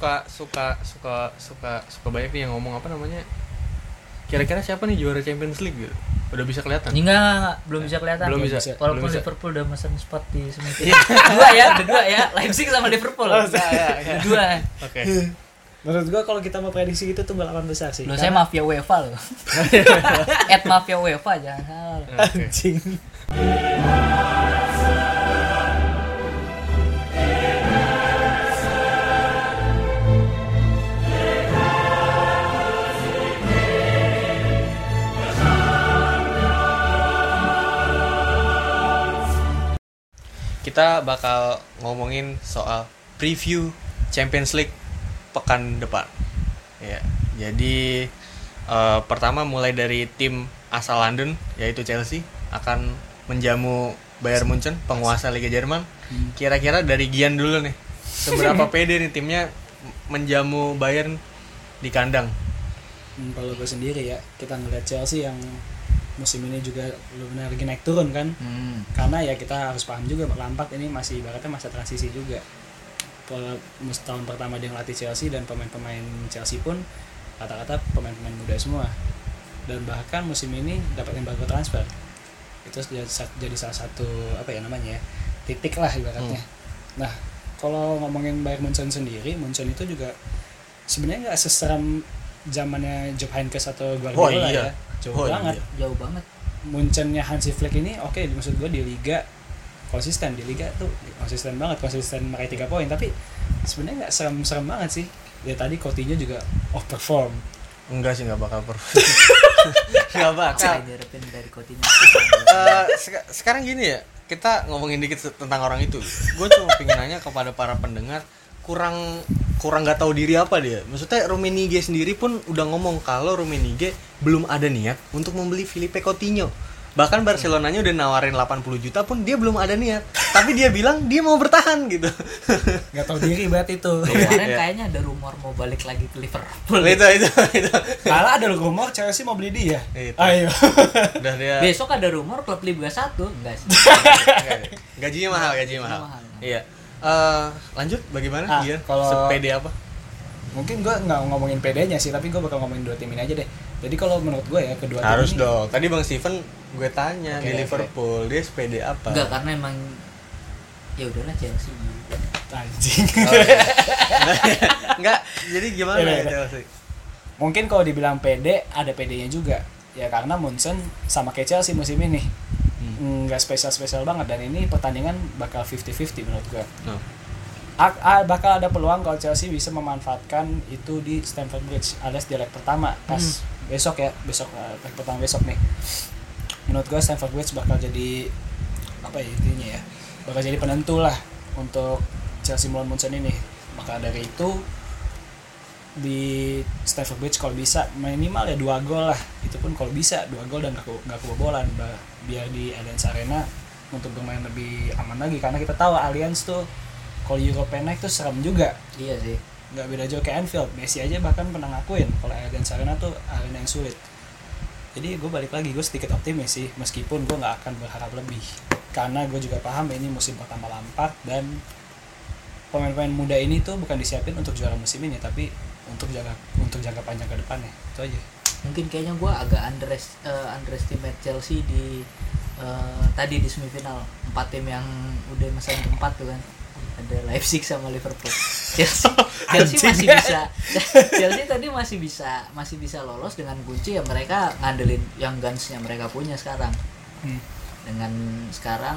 suka banyak nih yang ngomong apa namanya, kira-kira siapa nih juara Champions League gitu. Udah bisa kelihatan? Enggak, belum bisa kelihatan. Belum bisa. Walaupun Liverpool udah mesen spot di semifinal. Dua ya, Leipzig sama Liverpool. Dua. Oke. Menurut gua kalau kita mau prediksi itu tunggal 8 besar sih. Loh, saya mafia UEFA loh. @mafia UEFA, jangan salah. Anjing. kita bakal ngomongin soal preview Champions League pekan depan. Ya, jadi pertama mulai dari tim asal London yaitu Chelsea akan menjamu Bayern Munchen, penguasa Liga Jerman. Kira-kira dari Gian dulu nih, seberapa pede nih timnya menjamu Bayern di kandang? Kalau gue sendiri ya, kita ngeliat Chelsea yang musim ini juga benar lagi naik turun kan. Karena ya kita harus paham juga Lampard ini masih ibaratnya masa transisi juga. Tahun pertama dia ngelatih Chelsea dan pemain-pemain Chelsea pun rata-rata pemain-pemain muda semua. Dan bahkan musim ini dapat embargo transfer. Itu jadi salah satu titik lah ibaratnya. Nah, kalau ngomongin Bayern Munchen sendiri, Munchen itu juga sebenarnya nggak seseram zamannya Jupp Heynckes atau Guardiola ya. Jauh banget. Munchennya Hansi Flick ini oke, maksud gue di liga konsisten, di liga tuh konsisten meraih 3 poin, tapi sebenarnya nggak serem banget sih. Ya tadi Coutinho juga off perform. Enggak sih, nggak bakal perform. Nggak bakal. Dari Coutinho. Sekarang gini ya, kita ngomongin dikit tentang orang itu. Gue cuma pengen nanya kepada para pendengar, kurang nggak tahu diri apa dia. Maksudnya Rummenigge sendiri pun udah ngomong kalau Rummenigge belum ada niat untuk membeli Philippe Coutinho. Bahkan Barcelonanya udah nawarin 80 juta pun dia belum ada niat. Tapi dia bilang dia mau bertahan gitu. Nggak tahu diri banget itu. Kemarin kayaknya ada rumor mau balik lagi ke Liverpool. Itu. Malah ada rumor Chelsea mau beli dia. Itu. Ayo. Udah dia. Besok ada rumor klub Liga 1, enggak sih? Gajinya mahal. Iya. Lanjut bagaimana? Iya. Kalau sepede apa? Mungkin gue nggak ngomongin PD-nya sih, tapi gue bakal ngomongin dua tim ini aja deh. Jadi kalau menurut gue ya kedua tim ini harus dong. Tadi Bang Steven gue tanya di Liverpool dia sepede apa? Enggak, karena emang ya udahlah Chelsea. Anjing. Enggak. Jadi gimana ya Chelsea? Mungkin kalau dibilang PD, ada PD-nya juga. Ya karena Munchen sama kayak Chelsea musim ini. Nggak spesial banget, dan ini pertandingan bakal 50-50 menurut gue. Bakal ada peluang kalau Chelsea bisa memanfaatkan itu di Stamford Bridge alias di leg pertama pas besok leg pertama besok nih. Menurut gue Stamford Bridge bakal jadi intinya ya, bakal jadi penentu lah untuk Chelsea melawan Munchen ini. Maka dari itu di Stamford Bridge kalau bisa minimal ya 2 gol lah, itu pun kalau bisa 2 gol dan nggak kebobolan, biar di Allianz Arena untuk bermain lebih aman lagi, karena kita tahu Allianz tuh kalau European Night tuh serem juga. Iya sih. Nggak beda jauh kayak Anfield. Messi aja bahkan pernah ngakuin kalau Allianz Arena tuh arena yang sulit. Jadi gue balik lagi, gue sedikit optimis sih, meskipun gue nggak akan berharap lebih, karena gue juga paham ini musim pertama Lampard dan pemain-pemain muda ini tuh bukan disiapin untuk juara musim ini, tapi untuk jangka panjang ke depannya. Itu aja. Mungkin kayaknya gue agak underestimate Chelsea di tadi di semifinal 4 tim yang udah masalah tempat tuh kan. Ada Leipzig sama Liverpool. Chelsea masih bisa. Chelsea tadi masih bisa lolos dengan kunci ya, mereka ngandelin yang guns-nya mereka punya sekarang. Dengan sekarang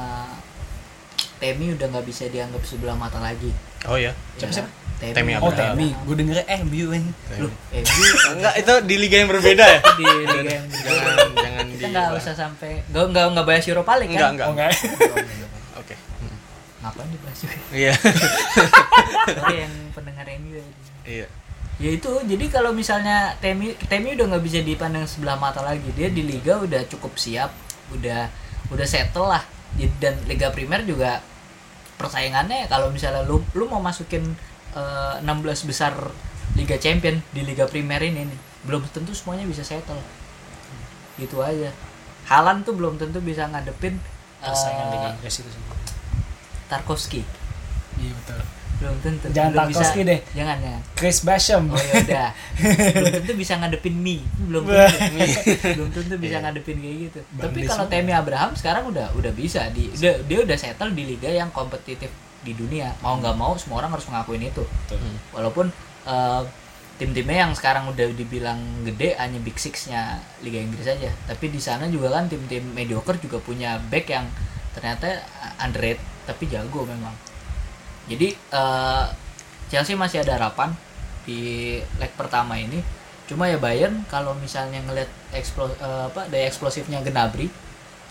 Temi udah nggak bisa dianggap sebelah mata lagi. Oh ya. Siapa? Temi. Temi. Gue dengernya MU ini. Loh, enggak, itu di liga yang berbeda ya? Di liga yang berbeda. Jangan kita nggak usah sampai nggak bahas Europa League kan? Enggak. Oke. Ngapain dibahas juga? Iya. Yang pendengar MU. Iya. Ya itu, jadi kalau misalnya Temi udah nggak bisa dipandang sebelah mata lagi, dia di liga udah cukup siap, udah settle lah. Dan Liga Primer juga persaingannya kalau misalnya lu mau masukin 16 besar Liga Champion di Liga Primer ini nih, belum tentu semuanya bisa settle. Gitu aja. Haaland tuh belum tentu bisa ngadepin persaingan Liga Inggris itu sendiri. Tarkowski. Iya betul. Belum tentu. Jangan Tarkowski deh. Jangan ya. Chris Basham. Oh ya udah. Belum tentu bisa ngadepin belum tentu bisa ngadepin kayak gitu. Tapi kalau Temi Abraham sekarang udah bisa dia udah settle di liga yang kompetitif di dunia. Mau nggak mau semua orang harus mengakuin itu. Walaupun tim-timnya yang sekarang udah dibilang gede hanya Big Six-nya Liga Inggris aja. Tapi di sana juga kan tim-tim mediocre juga punya back yang ternyata underrated tapi jago memang. Jadi Chelsea masih ada harapan di leg pertama ini. Cuma ya Bayern kalau misalnya ngelihat daya eksplosifnya Gnabry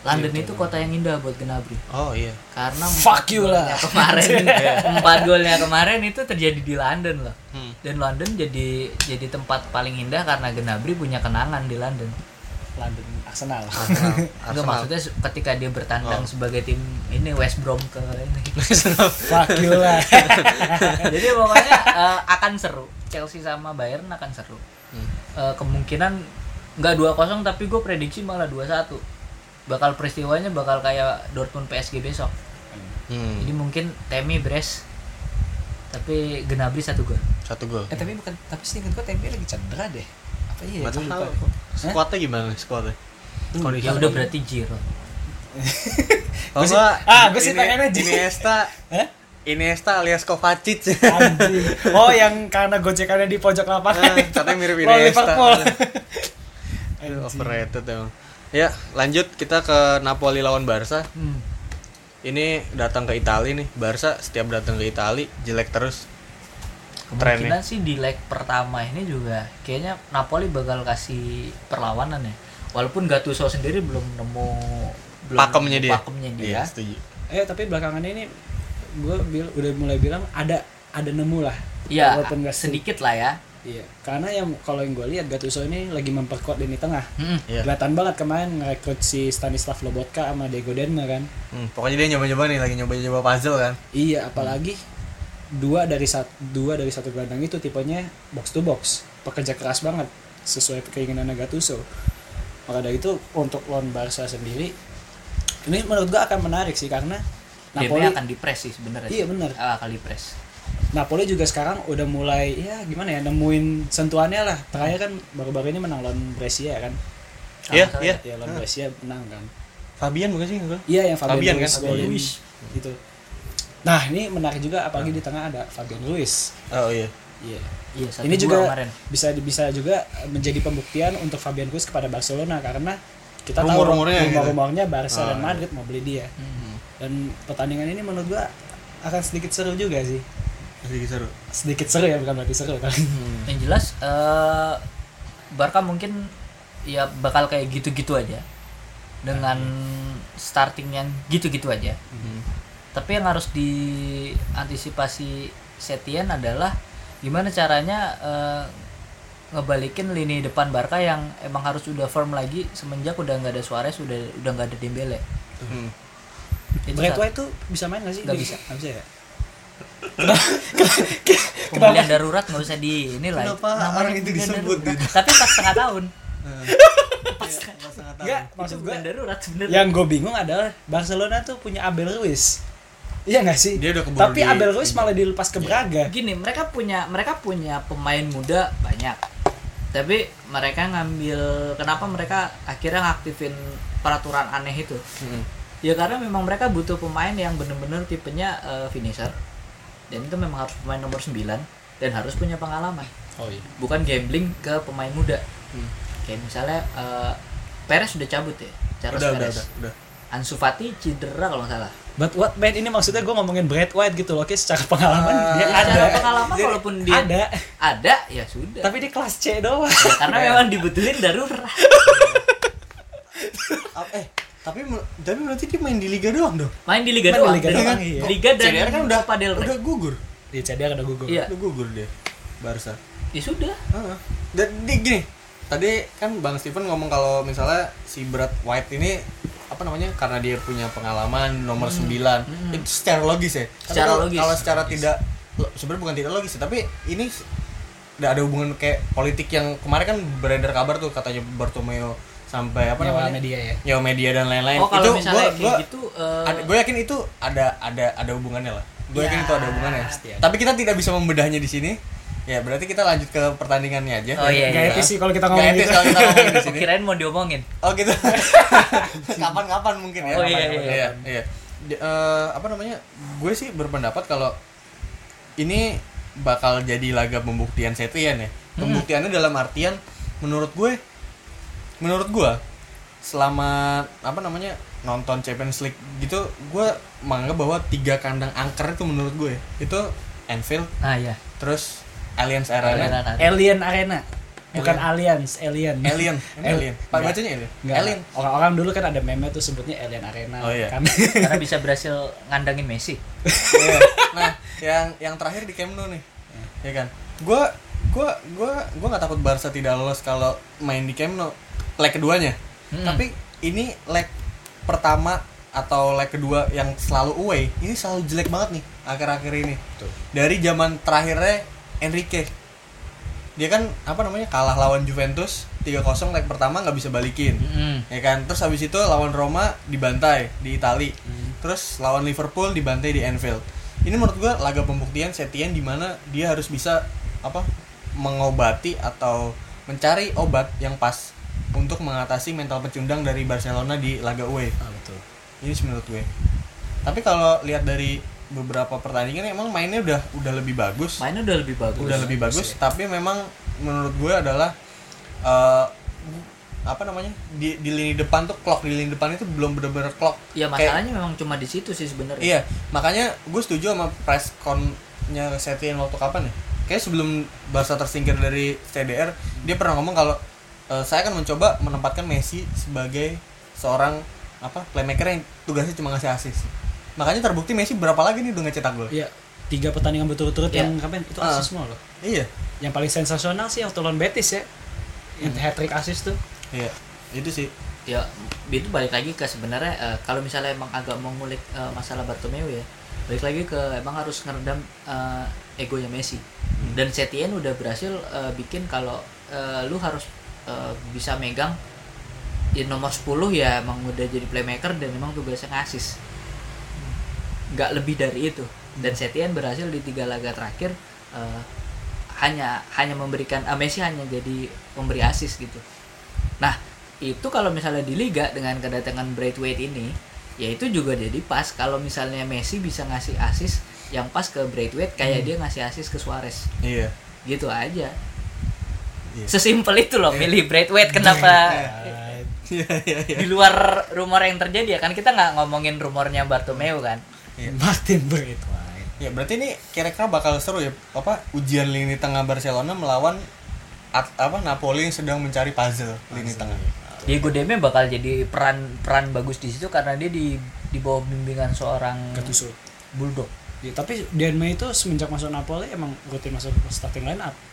London itu kota yang indah buat Gnabry. Oh iya. Karena Fuck you lah. Kemarin 4 golnya kemarin itu terjadi di London loh. Dan London jadi tempat paling indah karena Gnabry punya kenangan di London. London Arsenal. Enggak, maksudnya ketika dia bertandang sebagai tim ini West Brom ke ini. Fuck you lah. Jadi pokoknya akan seru. Chelsea sama Bayern akan seru. Kemungkinan nggak 2-0 tapi gue prediksi malah 2-1. Peristiwanya bakal kayak Dortmund PSG besok. Jadi mungkin Temi brace tapi Gnabry 1 gol. 1 gol. Tapi seingat gue Tempe lagi cedera deh. Apa iya? Nggak Gue tahu. lupa. Squadnya gimana squadnya? Ya udah berarti Giroud. Oh enggak. Gue sih pengennya Iniesta. Hah? Iniesta alias Kovacic. Anjing. Oh, yang karena gocekannya di pojok lapangan. Katanya mirip Lawan Iniesta. Liverpool. Overrated emang. Ya, lanjut kita ke Napoli lawan Barca. Ini datang ke Italia nih. Barca setiap datang ke Italia jelek terus. Kemungkinan sih di leg pertama ini juga kayaknya Napoli bakal kasih perlawanan ya. Walaupun Gattuso sendiri belum nemu Pakemnya dia. Iya, setuju. Tapi belakangan ini gue udah mulai bilang ada nemu lah. Iya, Walaupun nggak sedikit lah ya. Iya, karena kalau yang gue lihat Gattuso ini lagi memperkuat lini tengah. Iya. Kelihatan banget kemarin ngerekrut si Stanislav Lobotka sama Diego Denma kan. Pokoknya dia nyoba-nyoba nih, lagi nyoba-nyoba puzzle kan. Iya, apalagi dua dari satu gelandang itu tipenya box to box, pekerja keras banget sesuai keinginan Gattuso. Maka dari itu untuk lawan Barca sendiri ini menurut gue akan menarik sih karena Napoli akan dipres sih sebenarnya. Iya benar. Akan dipres. Napoli juga sekarang udah mulai ya gimana ya nemuin sentuhannya lah. Terakhir kan baru-baru ini menang lawan Brescia kan. Iya. Ya lawan Brescia menang kan. Fabian bukan sih? Iya yang Fabian kan? Ruiz golin gitu. Nah ini menarik juga apalagi di tengah ada Fabian Ruiz. Oh iya. Iya. Iya, Ini juga bisa juga menjadi pembuktian untuk Fabian Ruiz kepada Barcelona karena kita tahu rumor-rumornya Barca dan Madrid mau beli dia. Dan pertandingan ini menurut gua akan sedikit seru juga sih. Sedikit seru ya, bukan berarti seru kan. Yang jelas Barca mungkin ya bakal kayak gitu-gitu aja. Dengan starting yang gitu-gitu aja. Tapi yang harus diantisipasi Setien adalah gimana caranya ngebalikin lini depan Barca yang emang harus udah firm lagi semenjak udah nggak ada Suarez, udah nggak ada Dembele. Brad White tuh bisa main nggak sih? Nggak bisa. Nggak bisa ya. Pemulihan darurat nggak usah di ini lah. Kenapa orang itu disebut gitu? Tapi pas setengah tahun. Enggak, maksud gue darurat sebenarnya. yang gue bingung adalah Barcelona tuh punya Abel Ruiz. Iya nggak sih? Dia udah keburu Tapi Abel Ruiz malah dilepas ke Braga. Gini, mereka punya pemain muda banyak. Tapi mereka kenapa mereka akhirnya ngaktifin peraturan aneh itu? Ya karena memang mereka butuh pemain yang benar-benar tipenya finisher. Dan itu memang harus pemain nomor 9 dan harus punya pengalaman. Oh iya. Bukan gambling ke pemain muda. Kayak misalnya Perez sudah cabut ya. Udah. Ansu Fati cedera kalau nggak salah. But what man ini maksudnya gue ngomongin Brad White gitu loh, secara pengalaman dia ada. Secara pengalaman walaupun dia ada ya sudah. tapi dia kelas C doang. Ya, karena memang dibutuhin darurat. Tapi berarti dia main di liga doang dong. Main di liga doang. Iya. Liga dan CDR kan udah Copa del Rey. udah gugur. Dia CDR udah gugur. Iya. Udah gugur dia. Barca. Ya sudah. Dan gini, tadi kan Bang Steven ngomong kalau misalnya si Brad White ini karena dia punya pengalaman nomor 9. Itu secara logis ya. Secara logis. Kalau secara tidak sebenarnya bukan tidak logis, tapi ini udah ada hubungan kayak politik yang kemarin kan beredar kabar tuh katanya Bartomeu sampai nyawa media dan lain-lain. Oh, kalau misalnya kayak gitu gue yakin itu ada hubungannya lah. Gue yakin itu ada hubungannya. Pasti ada. Tapi kita tidak bisa membedahnya di sini. Ya, berarti kita lanjut ke pertandingannya aja. Oh iya. Gak etis sih kalau kita Gak ngomong etis gitu. kalau kita ngomongin di sini. Kirain mau diomongin. Oh gitu. Kapan-kapan mungkin ya. Oh iya. Gue sih berpendapat kalau ini bakal jadi laga pembuktian Setien ya. Pembuktiannya dalam artian menurut gue selama nonton Champions League gitu, gue menganggap bahwa 3 kandang angker itu menurut gue itu Anfield, Ah iya. terus Allianz Arena. Alien Arena. Bukan Allianz, Alien. Alien. Alien. Pak Enggak. bacanya ini? Enggak. Alien. Orang-orang dulu kan ada meme tuh sebutnya Alien Arena. Oh, iya. Kan. Karena bisa berhasil ngandangin Messi. Iya. Nah, yang terakhir di Camp Nou nih. Ya kan. Gua nggak takut Barca tidak lolos kalau main di Camp Nou leg keduanya. Tapi ini leg pertama atau leg kedua yang selalu away, ini selalu jelek banget nih akhir-akhir ini. Betul. Dari zaman terakhirnya Enrique. Dia kan kalah lawan Juventus 3-0 leg pertama nggak bisa balikin. Ya kan. Terus habis itu lawan Roma dibantai di Itali. Terus lawan Liverpool dibantai di Anfield. Ini menurut gua laga pembuktian Setien di mana dia harus bisa mengobati atau mencari obat yang pas untuk mengatasi mental pecundang dari Barcelona di laga away. Betul. Ini sih menurut gue. Tapi kalau lihat dari beberapa pertandingan emang mainnya udah lebih bagus. Mainnya udah lebih bagus. Udah lebih bagus, tapi memang menurut gue adalah di lini depan tuh clock di lini depan itu belum benar-benar clock. Ya masalahnya memang cuma di situ sih sebenarnya. Iya, makanya gue setuju sama press con-nya Setien waktu kapan ya? Kayak sebelum Barca tersingkir dari CDR, dia pernah ngomong kalau saya akan mencoba menempatkan Messi sebagai seorang playmaker yang tugasnya cuma ngasih assist. Makanya terbukti Messi berapa lagi nih udah ngecetak gol. Iya. 3 pertandingan berturut-turut yang kapan itu assist semua loh. Iya. Yang paling sensasional sih waktu lawan Betis ya. Yang hat-trick assist tuh. Iya. Itu sih. Ya itu balik lagi ke sebenarnya kalau misalnya emang agak mau ngulik masalah Bartomeu ya, balik lagi ke emang harus ngeredam egonya Messi. Dan Setien udah berhasil bikin kalau lu harus bisa megang ya nomor 10 ya emang udah jadi playmaker dan emang tugasnya ngasis. Nggak lebih dari itu. Dan Setien berhasil di 3 laga terakhir hanya memberikan Messi hanya jadi pemberi assist gitu. Nah, itu kalau misalnya di liga dengan kedatangan Braithwaite ini, ya itu juga jadi pas kalau misalnya Messi bisa ngasih assist yang pas ke Braithwaite kayak dia ngasih assist ke Suarez. Iya. Gitu aja. Iya. Sesimpel itu loh milih Braithwaite kenapa Iya. di luar rumor yang terjadi ya kan kita nggak ngomongin rumornya Bartomeu kan. Iya. Martin Braithwaite. Ya berarti ini kira-kira bakal seru ya ujian lini tengah Barcelona melawan Napoli yang sedang mencari puzzle lini tengah. Diego Demme bakal jadi peran bagus di situ karena dia di bawah bimbingan seorang Gattuso. Bulldog. Ya, tapi Demme itu semenjak masuk Napoli emang rutin masuk starting line up.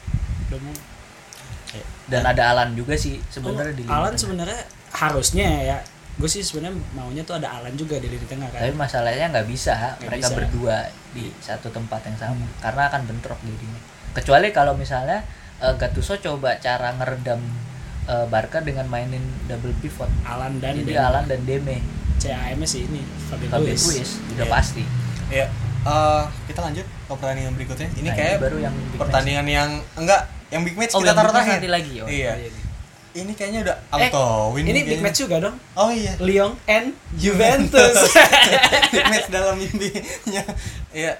Dan ada Alan juga sih sebenarnya di lini Alan tengah. sebenarnya harusnya ya. Gue sih sebenarnya maunya tuh ada Alan juga di lini tengah kan. Tapi masalahnya nggak bisa mereka bisa. berdua di satu tempat yang sama karena akan bentrok jadinya. Kecuali kalau misalnya Gattuso coba cara ngeredam Barca dengan mainin double pivot. Alan dan Jadi Demme. Alan dan Demme. CAM sih ini Fabian Fabian Ruiz. Ruiz udah Iya. pasti. Iya. Kita lanjut ke pertandingan berikutnya. Ini Nah, kayak ini baru yang big pertandingan yang yang big match Oh, kita yang taruh big match terakhir. nanti lagi, oh. Iya. Iya, iya. Ini kayaknya udah auto win. Ini nih big kayaknya. match juga dong. Oh iya. Lyon and Juventus. Big match dalam mimpinya. Iya.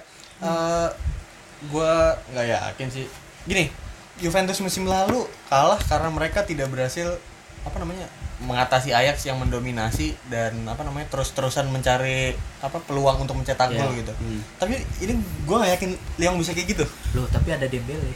Gua nggak yakin sih. Gini, Juventus musim lalu kalah karena mereka tidak berhasil mengatasi Ajax yang mendominasi dan terus-terusan mencari peluang untuk mencetak Iya. gol gitu. Tapi ini gua nggak yakin Lyon bisa kayak gitu. Loh, tapi ada Dembele.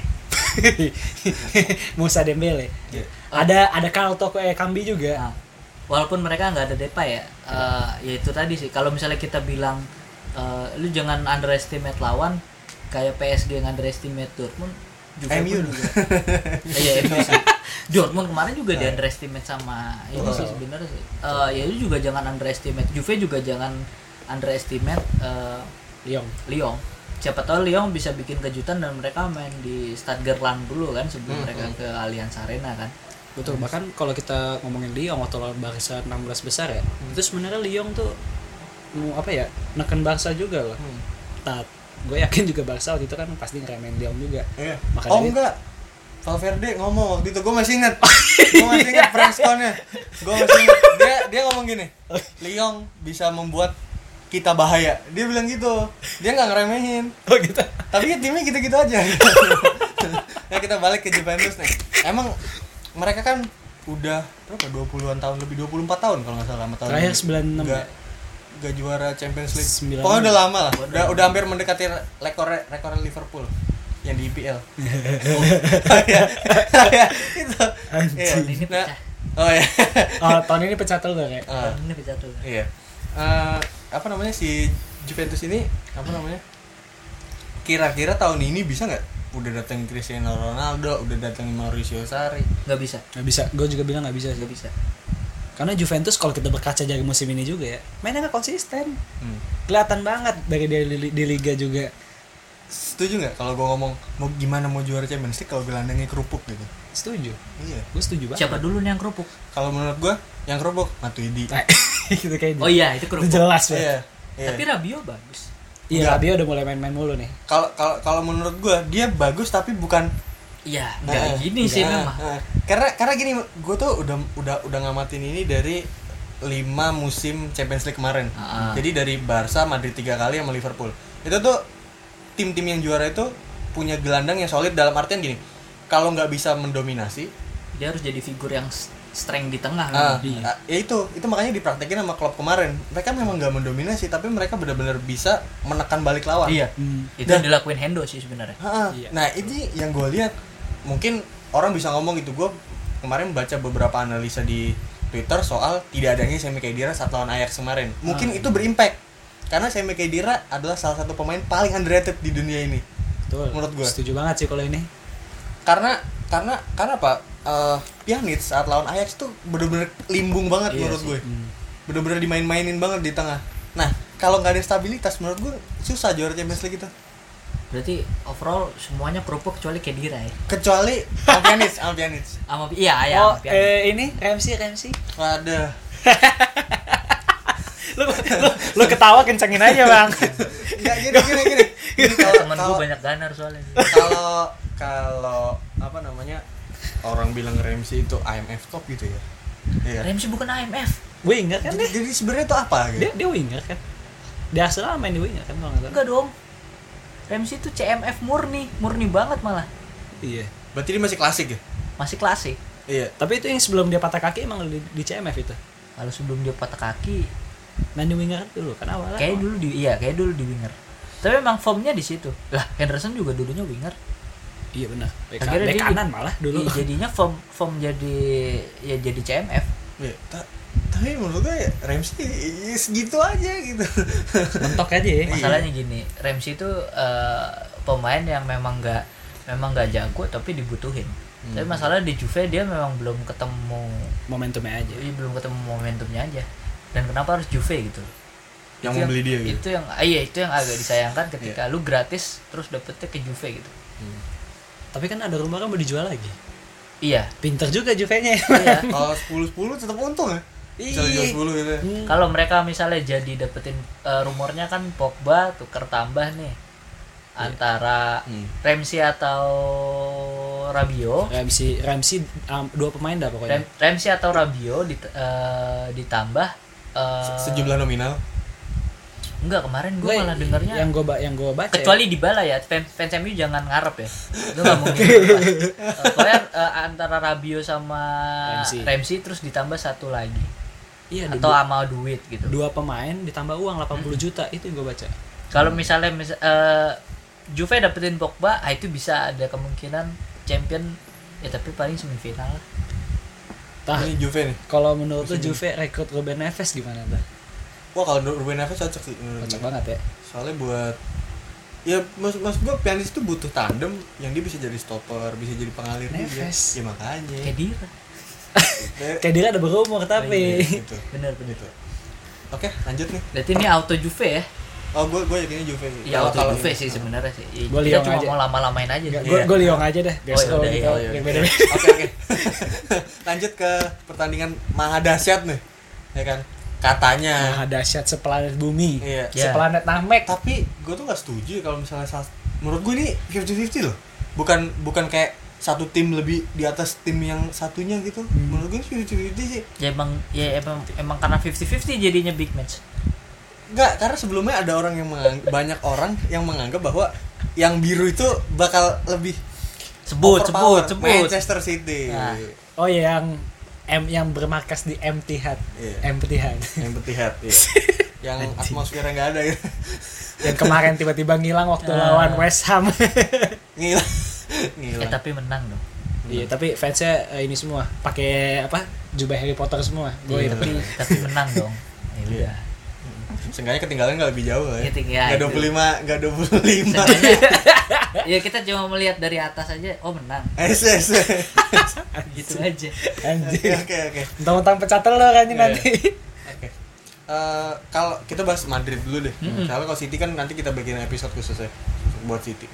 Musa Dembele. Iya. Ada Carl Toko Kambi juga. Nah, walaupun mereka nggak ada Depay ya, ya itu tadi sih. Kalau misalnya kita bilang, lu jangan underestimate lawan, kayak PSG yang underestimate Dortmund, juga MU pun juga. Iya, MU sih. Dortmund kemarin juga di underestimate sama ini sih sebenarnya sih. Ya lu juga jangan underestimate. Juve juga jangan underestimate Lyon. Siapa tahu Lyon bisa bikin kejutan dan mereka main di Stade Gerland dulu kan sebelum mereka ke Allianz Arena kan. Betul, bahkan kalau kita ngomongin Lyon waktu lawan Barca 16 besar ya, itu sebenarnya Lyon tuh mau neken Barca juga loh. Gue yakin juga Barca waktu itu kan pasti ngeremehin Lyon juga. Iya. Makanya Enggak. Valverde ngomong waktu itu, gue masih ingat press con-nya. Gue masih ingat. Dia ngomong gini, Lyon bisa membuat kita bahaya. Dia bilang gitu. Dia nggak ngeremehin. Oh gitu. Tapi ya timnya gitu-gitu aja. Ya kita balik ke Juventus nih. Emang mereka kan udah berapa 20-an tahun, lebih 24 tahun kalau nggak salah sama tahun Terakhir ini. 96 ya. Gak juara Champions League. 96. Pokoknya udah lama lah. Udah hampir mendekati rekor Liverpool. yang di IPL. Itu. Anjing. Ini pecah. Oh ya. Oh, tahun ini pecah telur ya. Ini pecah tuh. Iya. Apa namanya si Juventus ini apa namanya? Kira-kira tahun ini bisa nggak? Udah datengin Cristiano Ronaldo, udah datengin Mauricio Sarri. Nggak bisa. Nggak bisa. Gue juga bilang nggak bisa sih. Nggak bisa. Karena Juventus kalau kita berkaca dari musim ini juga ya, mainnya nggak konsisten. Kelihatan banget dari dia di liga juga. Setuju nggak kalau gue ngomong mau juara Champions League kalau gelandangnya kerupuk gitu? Setuju. Iya. Gue setuju banget. Siapa dulu nih yang kerupuk? Kalau menurut gue yang kerupuk Matuidi. Gitu kayak Oh iya, itu itu kerupuk. jelas ya. Iya. Iya. Tapi Rabiot bagus. Iya, Enggak. Rabiot udah mulai main-main mulu nih. Kalau menurut gue dia bagus tapi bukan Iya, nggak gini sih memang. Karena gini, gue tuh udah ngamatin ini dari 5 musim Champions League kemarin. Jadi dari Barca, Madrid 3 kali sama Liverpool. Itu tuh tim-tim yang juara itu punya gelandang yang solid dalam artian gini. Kalau nggak bisa mendominasi, Dia harus jadi figur yang strength di tengah. ya itu makanya dipraktekin sama klub kemarin. Mereka memang nggak mendominasi, tapi mereka benar-benar bisa menekan balik lawan. Iya. Itu yang dilakuin Hendo sih sebenarnya. Iya. Nah ini yang gue lihat, mungkin orang bisa ngomong gitu. Gue kemarin baca beberapa analisa di Twitter soal tidak adanya Semi Khedira saat lawan Ajax kemarin. Mungkin itu berimpact karena Semi Khedira adalah salah satu pemain paling underrated di dunia ini. Betul. Menurut gue. Setuju banget sih kalau ini. Karena apa? Pjanic saat lawan Ajax tuh bener-bener limbung banget menurut gue. Bener-bener dimain-mainin banget di tengah. Nah kalau nggak ada stabilitas, menurut gue susah juara Champions League itu. Berarti overall semuanya kerupuk kecuali Khedira ya. Kecuali Pjanic. Sama iya Oh, sama Pjanic. ini Ramsey. Waduh. Lu ketawa kencengin aja, Bang. Nggak gini. Temen gue banyak ganar soalnya. Kalau apa namanya orang bilang Ramsey itu IMF top gitu ya. Iya. Ramsey bukan IMF. Winger kan dia. Jadi sebenarnya itu apa gitu? Dia winger kan. Di Arsenal main di winger kan kalau nggak salah. Enggak dong. Ramsey itu CMF murni banget malah. Iya. Berarti dia masih klasik ya? Masih klasik. Iya. Tapi itu yang sebelum dia patah kaki emang di CMF itu. Kalau sebelum dia patah kaki, Main di winger dulu kan awalnya. kayak dulu di winger. Tapi memang formnya di situ. Lah, Henderson juga dulunya winger. Iya benar. Akhirnya Bek dia kanan malah dulu. Iya, jadinya form jadi CMF. Iya. Tapi menurut gue ya, Ramsey segitu aja gitu. Mentok aja ya. Masalahnya gini, Ramsey itu pemain yang memang nggak jago tapi dibutuhin. Tapi masalah di Juve dia memang belum ketemu Momentumnya aja. momentumnya aja. Dan kenapa harus Juve gitu? Yang mau beli dia gitu. Itu yang agak disayangkan ketika lu gratis terus dapetnya ke Juve gitu. Tapi kan ada rumor kan mau dijual lagi. Iya. Pinter juga Juve-nya. Iya. Kalau 10 tetap untung ya. Bisa jual 10 gitu. Ya. Kalau mereka misalnya jadi dapetin rumornya kan Pogba tuker tambah nih antara Ramsey atau Rabiot. Ramsey dua pemain dah pokoknya. Ramsey atau Rabiot ditambah Sejumlah nominal. enggak, kemarin gue malah dengarnya yang gue baca. kecuali Dybala ya, fans MU jangan ngarep ya. Itu enggak mungkin. Pokoknya antara Rabiot sama Ramsey terus ditambah satu lagi. Iya, atau sama duit gitu. Dua pemain ditambah uang 80 juta itu yang gue baca. Kalau misalnya Juve dapetin Pogba, itu bisa ada kemungkinan champion ya, tapi paling semifinal lah. Ini Juve nih. Kalau menurut lu Juve rekrut Ruben Neves gimana tuh? Wah kalau Ruben Neves cocok sih. Cocok banget ya. Soalnya buat ya maksud gue Pjanic itu butuh tandem yang dia bisa jadi stopper, bisa jadi pengalir juga. Neves. Ya makanya. Khedira. Kayak dia ada berumur tapi. Gitu. Bener. Gitu. Oke, lanjut nih. Berarti ini auto Juve ya? Oh, gue yakinnya Juve sih. Iya, auto Juve sih sebenarnya sih. Gua Kita Lyon cuma aja. mau lama-lamain aja. Gue Lyon aja deh. Biar seru yaudah, gitu. iya. Yang beda-beda. Oke. Lanjut ke pertandingan maha dahsyat nih. Ya kan? Katanya. Nah, dahsyat seplanet bumi. Iya. Ya. Seplanet Namek. Tapi gue tuh nggak setuju kalau misalnya menurut gue ini 50-50 loh. Bukan kayak satu tim lebih di atas tim yang satunya gitu. Menurut gue 50-50 sih. Ya emang karena 50-50 jadinya big match. Enggak, karena sebelumnya ada orang yang banyak orang yang menganggap bahwa yang biru itu bakal lebih Sebut. Manchester City. Nah. Oh ya, yang bermarkas di Empty Hat. Iya. Empty Hat. Yang petihat iya. Yang atmosfernya nggak ada gitu. Yang kemarin tiba-tiba ngilang waktu lawan West Ham. Ngilang. Tapi menang dong. Iya, tapi fansnya ini semua pakai apa? Jubah Harry Potter semua. Gue Iya, tapi menang dong. Ya udah. Seenggaknya ketinggalan nggak lebih jauh lah ya. Ketinggalan. Nggak 25. Ya kita cuma melihat dari atas aja, oh menang. Gitu aja. anjir. Oke. Mentang-mentang pecah telur kan nanti. Oke. Kalau kita bahas Madrid dulu deh. Soalnya kalau City kan nanti kita bikin episode khusus ya buat City.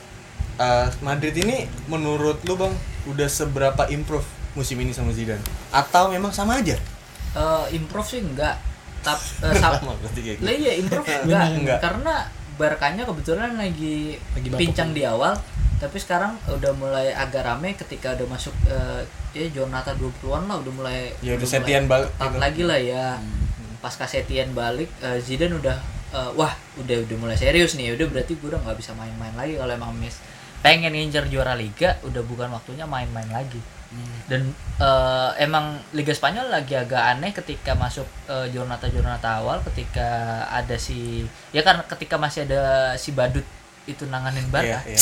Madrid ini menurut lu Bang udah seberapa improve musim ini sama Zidane? Atau memang sama aja? Improve sih enggak. Sama berarti kayak gitu. Lah iya improve enggak. Karena Barkanya kebetulan lagi pincang di awal, tapi sekarang udah mulai agak rame ketika udah masuk Jonathan 20-an lah udah mulai ya udah Setien balik gitu. Lagi lah ya. Pasca Setien balik Zidane udah udah mulai serius nih. Udah berarti gue udah enggak bisa main-main lagi kalau emang pengen ngincer juara liga, udah bukan waktunya main-main lagi. Dan emang Liga Spanyol lagi agak aneh ketika masuk Jornata awal, ketika ada karena ketika masih ada si Badut itu nanganin Barca. Iya.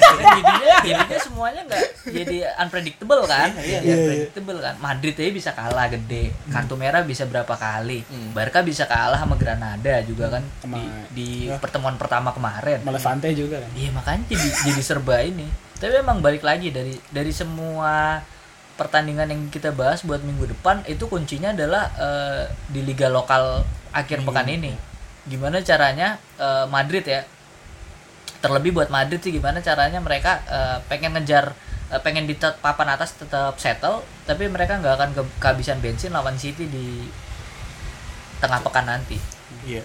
jadinya semuanya nggak jadi unpredictable kan. Unpredictable kan. Madrid aja bisa kalah gede, kartu merah bisa berapa kali. Barca bisa kalah sama Granada juga kan di pertemuan pertama kemarin. Levante juga kan. Iya, makanya jadi serba ini. Tapi emang balik lagi dari semua pertandingan yang kita bahas buat minggu depan itu kuncinya adalah di liga lokal akhir pekan ini. Gimana caranya Madrid ya? Terlebih buat Madrid sih gimana caranya mereka pengen ngejar pengen di papan atas tetap settle, tapi mereka nggak akan kehabisan bensin lawan City di tengah pekan nanti. Iya.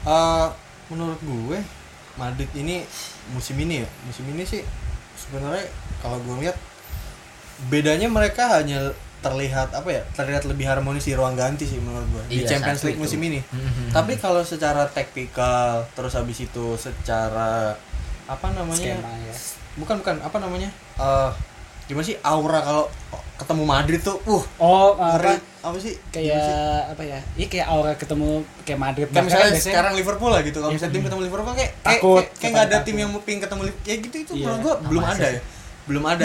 Menurut gue Madrid ini musim ini sih sebenarnya kalau gue lihat bedanya mereka hanya terlihat lebih harmonis di ruang ganti sih menurut gue di Champions League musim ini. Tapi kalau secara taktikal terus habis itu secara Skema, ya. bukan gimana sih aura kalau ketemu Madrid tuh apa sih kayak apa ya? Iya kayak aura ketemu kayak Madrid. Kayak misalnya sekarang Liverpool lah gitu. Kalau misalnya tim ketemu Liverpool kayak nggak ada tim yang pingin ketemu Liverpool. Ya gitu itu menurut gue belum ada ya. Belum ada.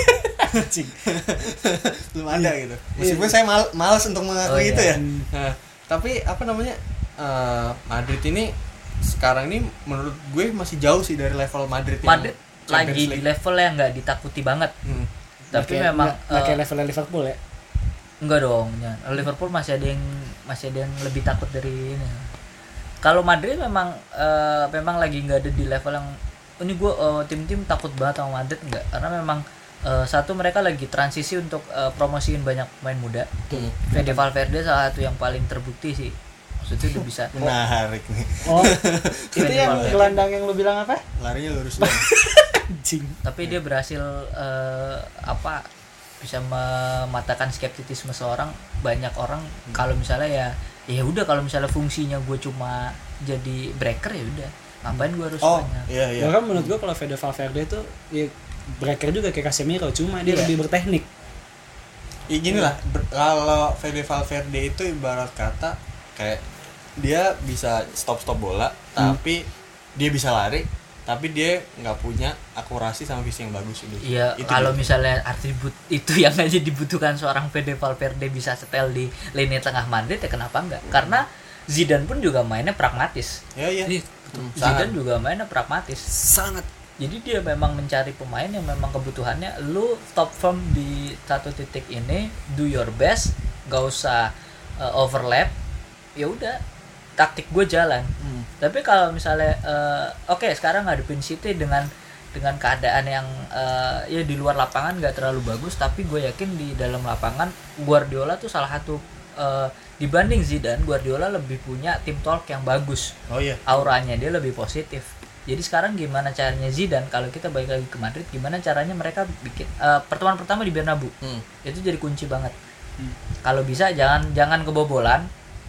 Belum ada gitu. Meskipun saya malas untuk mengakui itu ya. Nah, tapi Madrid ini sekarang ini menurut gue masih jauh sih dari level Madrid lagi di level yang nggak ditakuti banget. Tapi memang kayak levelnya Liverpool ya. Enggak dong, Liverpool masih ada yang lebih takut dari ini. Kalau Madrid memang lagi nggak ada di level yang ini gue tim-tim takut banget sama Madrid enggak, karena memang satu mereka lagi transisi untuk promosiin banyak pemain muda. Fede Valverde salah satu yang paling terbukti sih. Maksudnya udah bisa menarik nih. Itu yang gelandang yang lu bilang apa? Larinya lurus doang. Tapi dia berhasil bisa mematahkan skeptisisme seorang banyak orang. Kalau misalnya ya udah kalau misalnya fungsinya gue cuma jadi breaker ya udah ngapain gue harus banyak. Iya. Bahkan menurut gue kalau Fede Valverde itu ya breaker juga kayak Casemiro, cuma dia lebih berteknik. Ya gini lah, kalau Fede Valverde itu ibarat kata kayak dia bisa stop bola, tapi dia bisa lari, tapi dia nggak punya akurasi sama visi yang bagus itu. Iya, kalau misalnya atribut itu yang aja dibutuhkan seorang Fede Valverde bisa setel di lini tengah Madrid ya kenapa enggak? Karena Zidane pun juga mainnya pragmatis. Iya. Zidane juga mainnya pragmatis. Sangat. Jadi dia memang mencari pemain yang memang kebutuhannya lu top form di satu titik ini, do your best, gak usah overlap. Ya udah, taktik gue jalan. Tapi kalau misalnya sekarang ngadepin City dengan keadaan yang ya di luar lapangan nggak terlalu bagus, tapi gue yakin di dalam lapangan Guardiola tuh salah satu dibanding Zidane, Guardiola lebih punya tim talk yang bagus. Auranya dia lebih positif. Jadi sekarang gimana caranya Zidane, kalau kita balik lagi ke Madrid, gimana caranya mereka bikin pertemuan pertama di Bernabeu. Itu jadi kunci banget. Kalau bisa jangan kebobolan.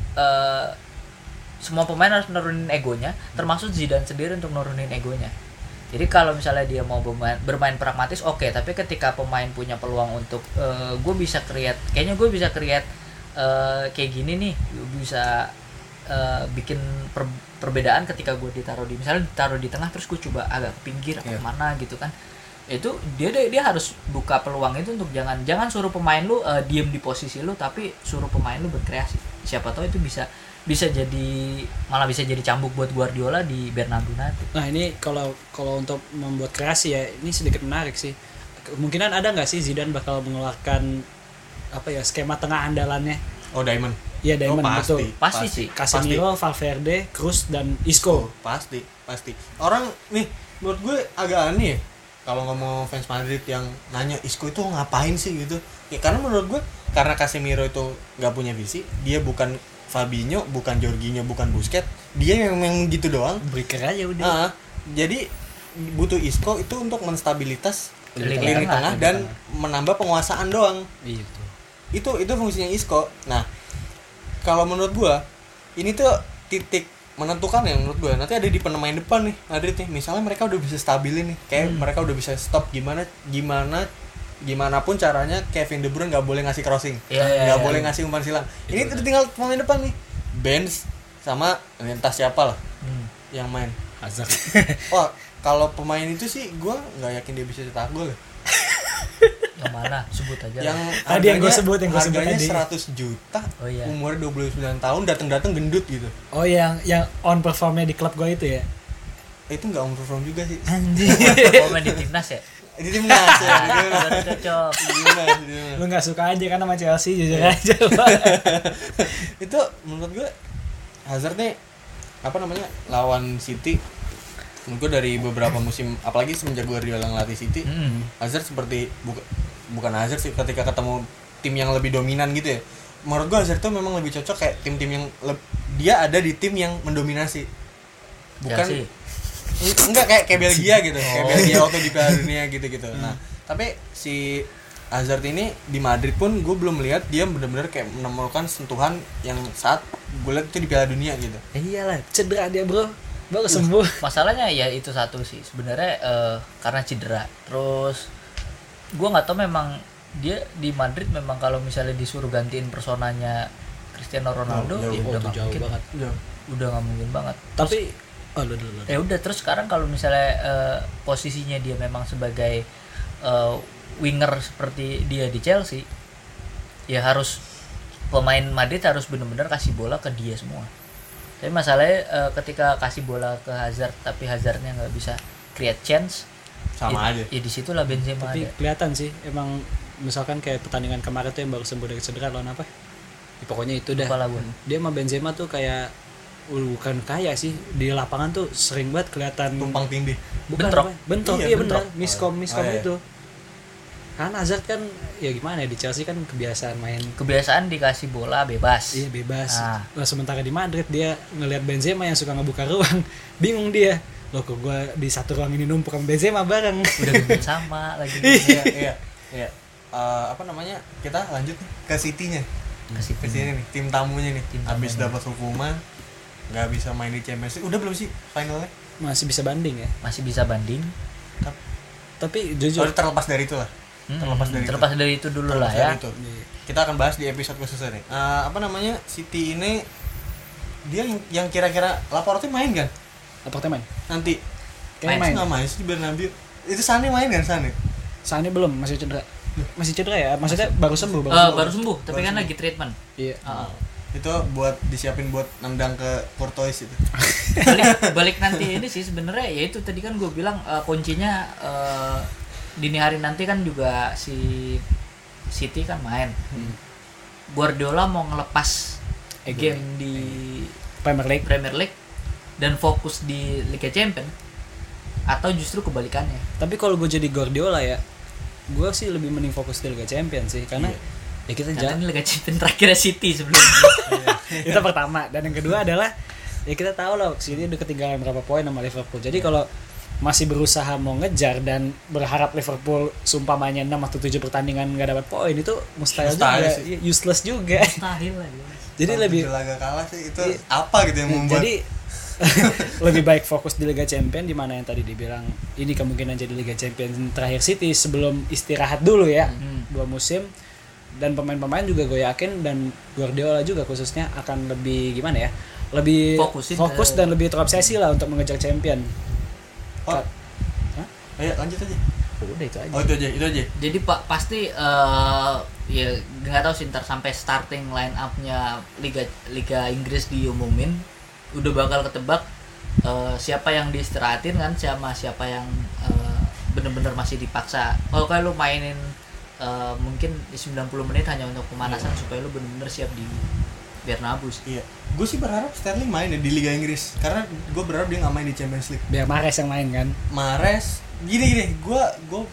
Semua pemain harus nurunin egonya, termasuk Zidane sendiri untuk nurunin egonya. Jadi kalau misalnya dia mau bermain pragmatis, oke, tapi ketika pemain punya peluang untuk gue bisa create kayak gini nih, gue bisa bikin perbedaan ketika gue ditaruh di tengah terus gue coba agak ke pinggir kemana gitu kan. itu dia harus buka peluang itu untuk jangan suruh pemain lu diem di posisi lu, tapi suruh pemain lu berkreasi. Siapa tahu itu bisa jadi cambuk buat Guardiola di Bernabeu nanti. Nah ini kalau untuk membuat kreasi ya, ini sedikit menarik sih. Kemungkinan ada nggak sih Zidane bakal mengeluarkan skema tengah andalannya? Oh, Diamond. Iya, Diamond, betul. Pasti sih. Casemiro, Valverde, Kroos dan Isco. Pasti. Orang nih menurut gue agak aneh ya kalau ngomong fans Madrid yang nanya Isco itu ngapain sih gitu. Ya karena menurut gue karena Casemiro itu nggak punya visi, dia bukan Fabinho, bukan Jorginho, bukan Busquets, dia memang gitu doang. Breaker aja udah. Jadi butuh Isco itu untuk menstabilitas lini tengah dan menambah penguasaan doang. Iya betul. Itu fungsinya Isco. Nah, kalau menurut gua ini tuh titik menentukan ya menurut gua. Nanti ada di pemain depan nih Madrid nih. Misalnya mereka udah bisa stabilin nih. Kayak mereka udah bisa stop gimana pun caranya Kevin De Bruyne enggak boleh ngasih crossing. Enggak boleh ngasih umpan silang. Ini tinggal pemain depan nih. Benz sama entah siapa lah yang main. Hazard. Wah, kalau pemain itu sih gua enggak yakin dia bisa cetak gol ya. Yang mana? Sebut aja. Yang tadi yang gue sebut harganya tadi. 100 juta. Oh, iya. Umur 29 tahun datang gendut gitu. Oh yang on performnya di klub gue itu ya. Itu enggak on perform juga sih. Anjir. Main di timnas ya? Di timnas ya. Baru cocok. Lu nggak suka aja karena sama Chelsea jujur aja. Itu menurut gue Hazard nih lawan City. Menurut gue dari beberapa musim, apalagi semenjak Guardiola ngelatih City, Hazard seperti bukan Hazard sih, ketika ketemu tim yang lebih dominan gitu ya. Menurut gue Hazard tuh memang lebih cocok kayak tim-tim yang dia ada di tim yang mendominasi. Bukan enggak kayak Belgia gitu. Kayak Belgia waktu di Piala Dunia gitu-gitu. Nah, tapi si Hazard ini di Madrid pun gue belum melihat dia benar-benar kayak menemukan sentuhan yang saat gue lihat itu di Piala Dunia gitu. Iyalah, cedera dia, Bro. Baru sembuh. Masalahnya ya itu satu sih sebenarnya, karena cedera. Terus gue nggak tahu, memang dia di Madrid memang kalau misalnya disuruh gantiin personanya Cristiano Ronaldo ya udah nggak mungkin banget. Udah nggak mungkin banget. Tapi ya udah, terus sekarang kalau misalnya posisinya dia memang sebagai winger seperti dia di Chelsea, ya harus pemain Madrid harus benar-benar kasih bola ke dia semua. Tapi masalahnya ketika kasih bola ke Hazard tapi Hazardnya nggak bisa create chance, sama aja. Ya disitulah Benzema. Tapi ada. kelihatan sih emang, misalkan kayak pertandingan kemarin tuh yang baru sembuh dari cedera lawan apa? Ya, pokoknya itu dah. Dia sama Benzema tuh kayak bukan kayak sih, di lapangan tuh sering banget kelihatan tumpang tindih. Bentrok. Iya bentrok. benar. Miskom itu. Kan Hazard kan ya gimana ya, di Chelsea kan kebiasaan dikasih bola bebas. Iya bebas. Nah, sementara di Madrid dia ngelihat Benzema yang suka ngebuka ruang, bingung dia. Loh kok gue di satu ruang ini numpuk sama Benzema bareng. Udah gendut sama lagi. Iya. Kita lanjut nih ke City-nya. Ke sini nih, tim tamunya nih. Habis dapat hukuman, nggak bisa main di Champions League. Udah belum sih finalnya? Masih bisa banding ya? Masih bisa banding. Tapi jujur terlepas dari itu lah. Terlepas dari itu dulu lah ya. Kita akan bahas di episode khususnya nih. City ini dia yang kira-kira Laporte main kan? Laporte main? Nanti. Kayaknya main. Nggak main sih di Bernabeu. Itu Sané main kan Sané? Sané belum, masih cedera ya. Maksudnya baru sembuh. Baru sembuh, tapi kan lagi treatment. Iya. Itu buat disiapin buat nendang ke Courtois itu. balik nanti ini sih sebenarnya, ya itu tadi kan gue bilang kuncinya dini hari nanti kan juga si City kan main. Guardiola mau ngelepas game di Premier League dan fokus di Liga Champions, atau justru kebalikannya. Tapi kalau gue jadi Guardiola ya, gue sih lebih mending fokus di Liga Champions sih, karena ya kita jangan Liga Champions terakhir City sebelumnya. Itu pertama, dan yang kedua adalah ya kita tahu loh City udah ketinggalan berapa poin sama Liverpool. Jadi kalau masih berusaha mau ngejar dan berharap Liverpool seumpamanya 6 atau 7 pertandingan nggak dapat poin, itu mustahil juga sih. Useless juga. Mustahil lah. Jadi lebih laga kalah sih itu apa gitu yang membuat. Jadi lebih baik fokus di Liga Champions, di mana yang tadi dibilang ini kemungkinan jadi Liga Champions terakhir City sebelum istirahat dulu ya 2 musim. Dan pemain-pemain juga gue yakin, dan Guardiola juga khususnya akan lebih gimana ya, lebih fokus dan lebih terobsesi lah untuk mengejar champion. Ayo lanjut aja. Udah itu aja. Oh itu aja. Jadi Pak pasti ya nggak tahu sih ntar sampai starting line up-nya Liga Inggris diumumin udah bakal ketebak siapa yang diistirahatin kan, siapa yang bener-bener masih dipaksa. Kalau kayak lu mainin mungkin di 90 menit hanya untuk pemanasan supaya lu bener-bener siap di Bernabeu sih. Iya. Gue sih berharap Sterling main ya di Liga Inggris karena gue berharap dia nggak main di Champions League. Biar Mahrez yang main kan. Mahrez gini. Gue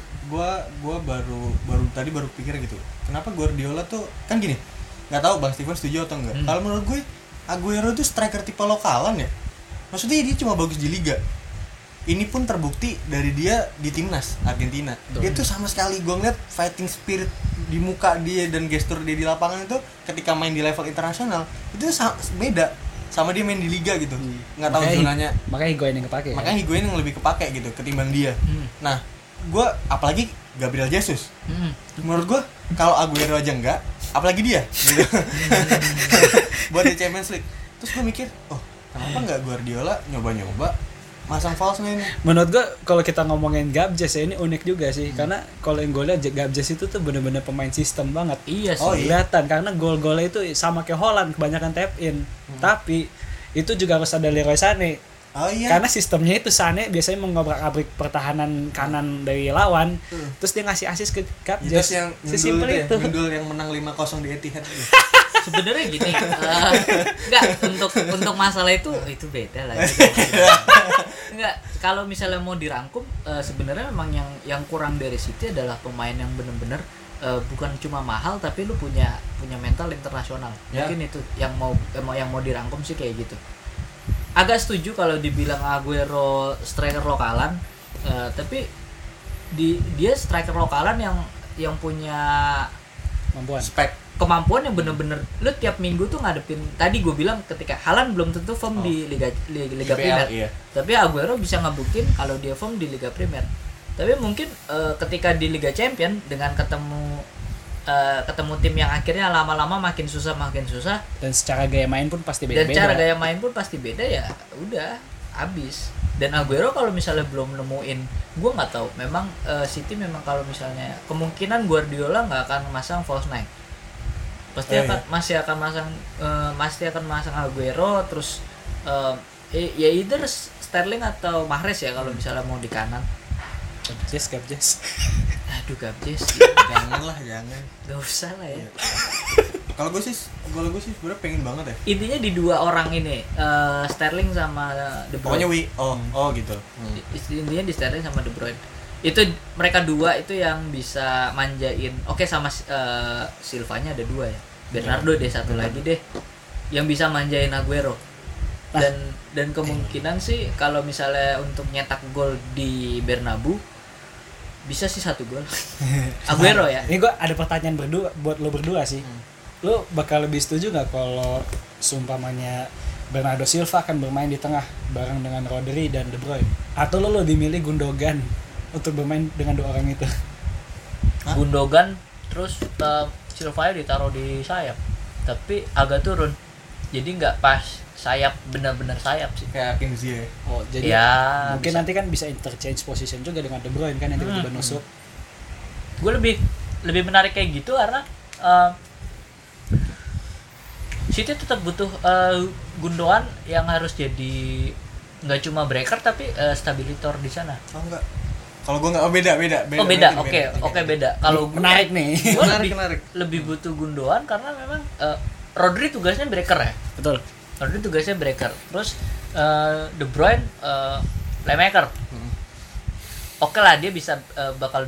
baru pikir gitu. Kenapa Guardiola tuh kan gini? Nggak tahu Bang Steven setuju atau enggak. Kalau menurut gue Aguero tuh striker tipe lokalan ya. Maksudnya dia cuma bagus di liga. Ini pun terbukti dari dia di timnas Argentina. Dia tuh sama sekali gue ngeliat fighting spirit di muka dia dan gestur dia di lapangan itu ketika main di level internasional itu beda sama dia main di liga gitu. Nggak tahu zonanya. Makanya Higuain yang kepake. Makanya Higuain yang lebih kepake gitu ketimbang dia. Nah, gue apalagi Gabriel Jesus. Menurut gue kalau Aguero aja enggak, apalagi dia gitu. Buat di Champions League. Terus gue mikir, oh kenapa nggak Guardiola nyoba-nyoba masang false nine? Menurut gua kalau kita ngomongin Gabjes ya ini unik juga sih karena kalau yang gue lihat Gabjes itu tuh benar-benar pemain sistem banget. Iya sih. Oh kelihatan karena gol-golnya itu sama kayak Holland kebanyakan tap in. Tapi itu juga harus ada Leroy Sané. Oh iya. Karena sistemnya itu Sané biasanya mengobrak-abrik pertahanan kanan dari lawan. Terus dia ngasih assist ke Gabjes. Yang sesimpel itu. Gundul yang menang 5-0 di Etihad itu. Sebenarnya gini, enggak untuk masalah itu beda lah. Enggak, kalau misalnya mau dirangkum, sebenarnya memang yang kurang dari City adalah pemain yang benar-benar bukan cuma mahal tapi lu punya mental internasional. Mungkin itu yang mau dirangkum sih kayak gitu. Agak setuju kalau dibilang Aguero striker lokalan, tapi dia striker lokalan yang punya kemampuan yang bener-bener lu tiap minggu tuh ngadepin. Tadi gue bilang ketika Haaland belum tentu form di Liga Premier, iya. tapi Aguero bisa ngebuktiin kalau dia form di Liga Premier. Tapi mungkin ketika di Liga Champion dengan ketemu tim yang akhirnya lama-lama makin susah dan secara gaya main pun pasti beda-beda. Dan cara gaya main pun pasti beda ya, udah habis. Dan Aguero kalau misalnya belum nemuin, gue nggak tahu. Memang City memang kalau misalnya kemungkinan Guardiola nggak akan masang false nine. Masih akan masang Aguero terus ya either Sterling atau Mahrez ya kalau misalnya mau di kanan. Gabjes. Aduh Gabjes. Jangan. Gak usah lah ya. Kalau gue sih sebenarnya pengen banget ya. Intinya di dua orang ini, Sterling sama De Bruyne. Pokoknya gitu. Intinya di Sterling sama De Bruyne. Itu mereka dua itu yang bisa manjain. Oke, sama Silvanya ada dua ya. Bernardo deh satu lagi deh yang bisa manjain Aguero. Dan kemungkinan sih kalau misalnya untuk nyetak gol di Bernabeu bisa sih 1 gol. Aguero ya. Ini gue ada pertanyaan buat lo berdua sih. Lo bakal lebih setuju nggak kalau seumpamanya Bernardo Silva akan bermain di tengah bareng dengan Rodri dan De Bruyne, atau lo lebih milih Gundogan untuk bermain dengan dua orang itu? Gundogan terus Silva ditaruh di sayap tapi agak turun jadi nggak pas sayap, benar-benar sayap sih kayak Kim Ziyech. Oh jadi ya, mungkin bisa. nanti kan bisa interchange position juga dengan De Bruyne kan yang tiba-tiba nusuk. Gue lebih menarik kayak gitu karena City tetap butuh Gundogan yang harus jadi nggak cuma breaker tapi stabilitor di sana. Oh enggak. Kalau gue nggak beda. Oke, beda. Kalau menarik nih. Gue lebih butuh Gundogan karena memang Rodri tugasnya breaker ya. Betul. Rodri tugasnya breaker. Terus De Bruyne playmaker. Oke lah dia bisa bakal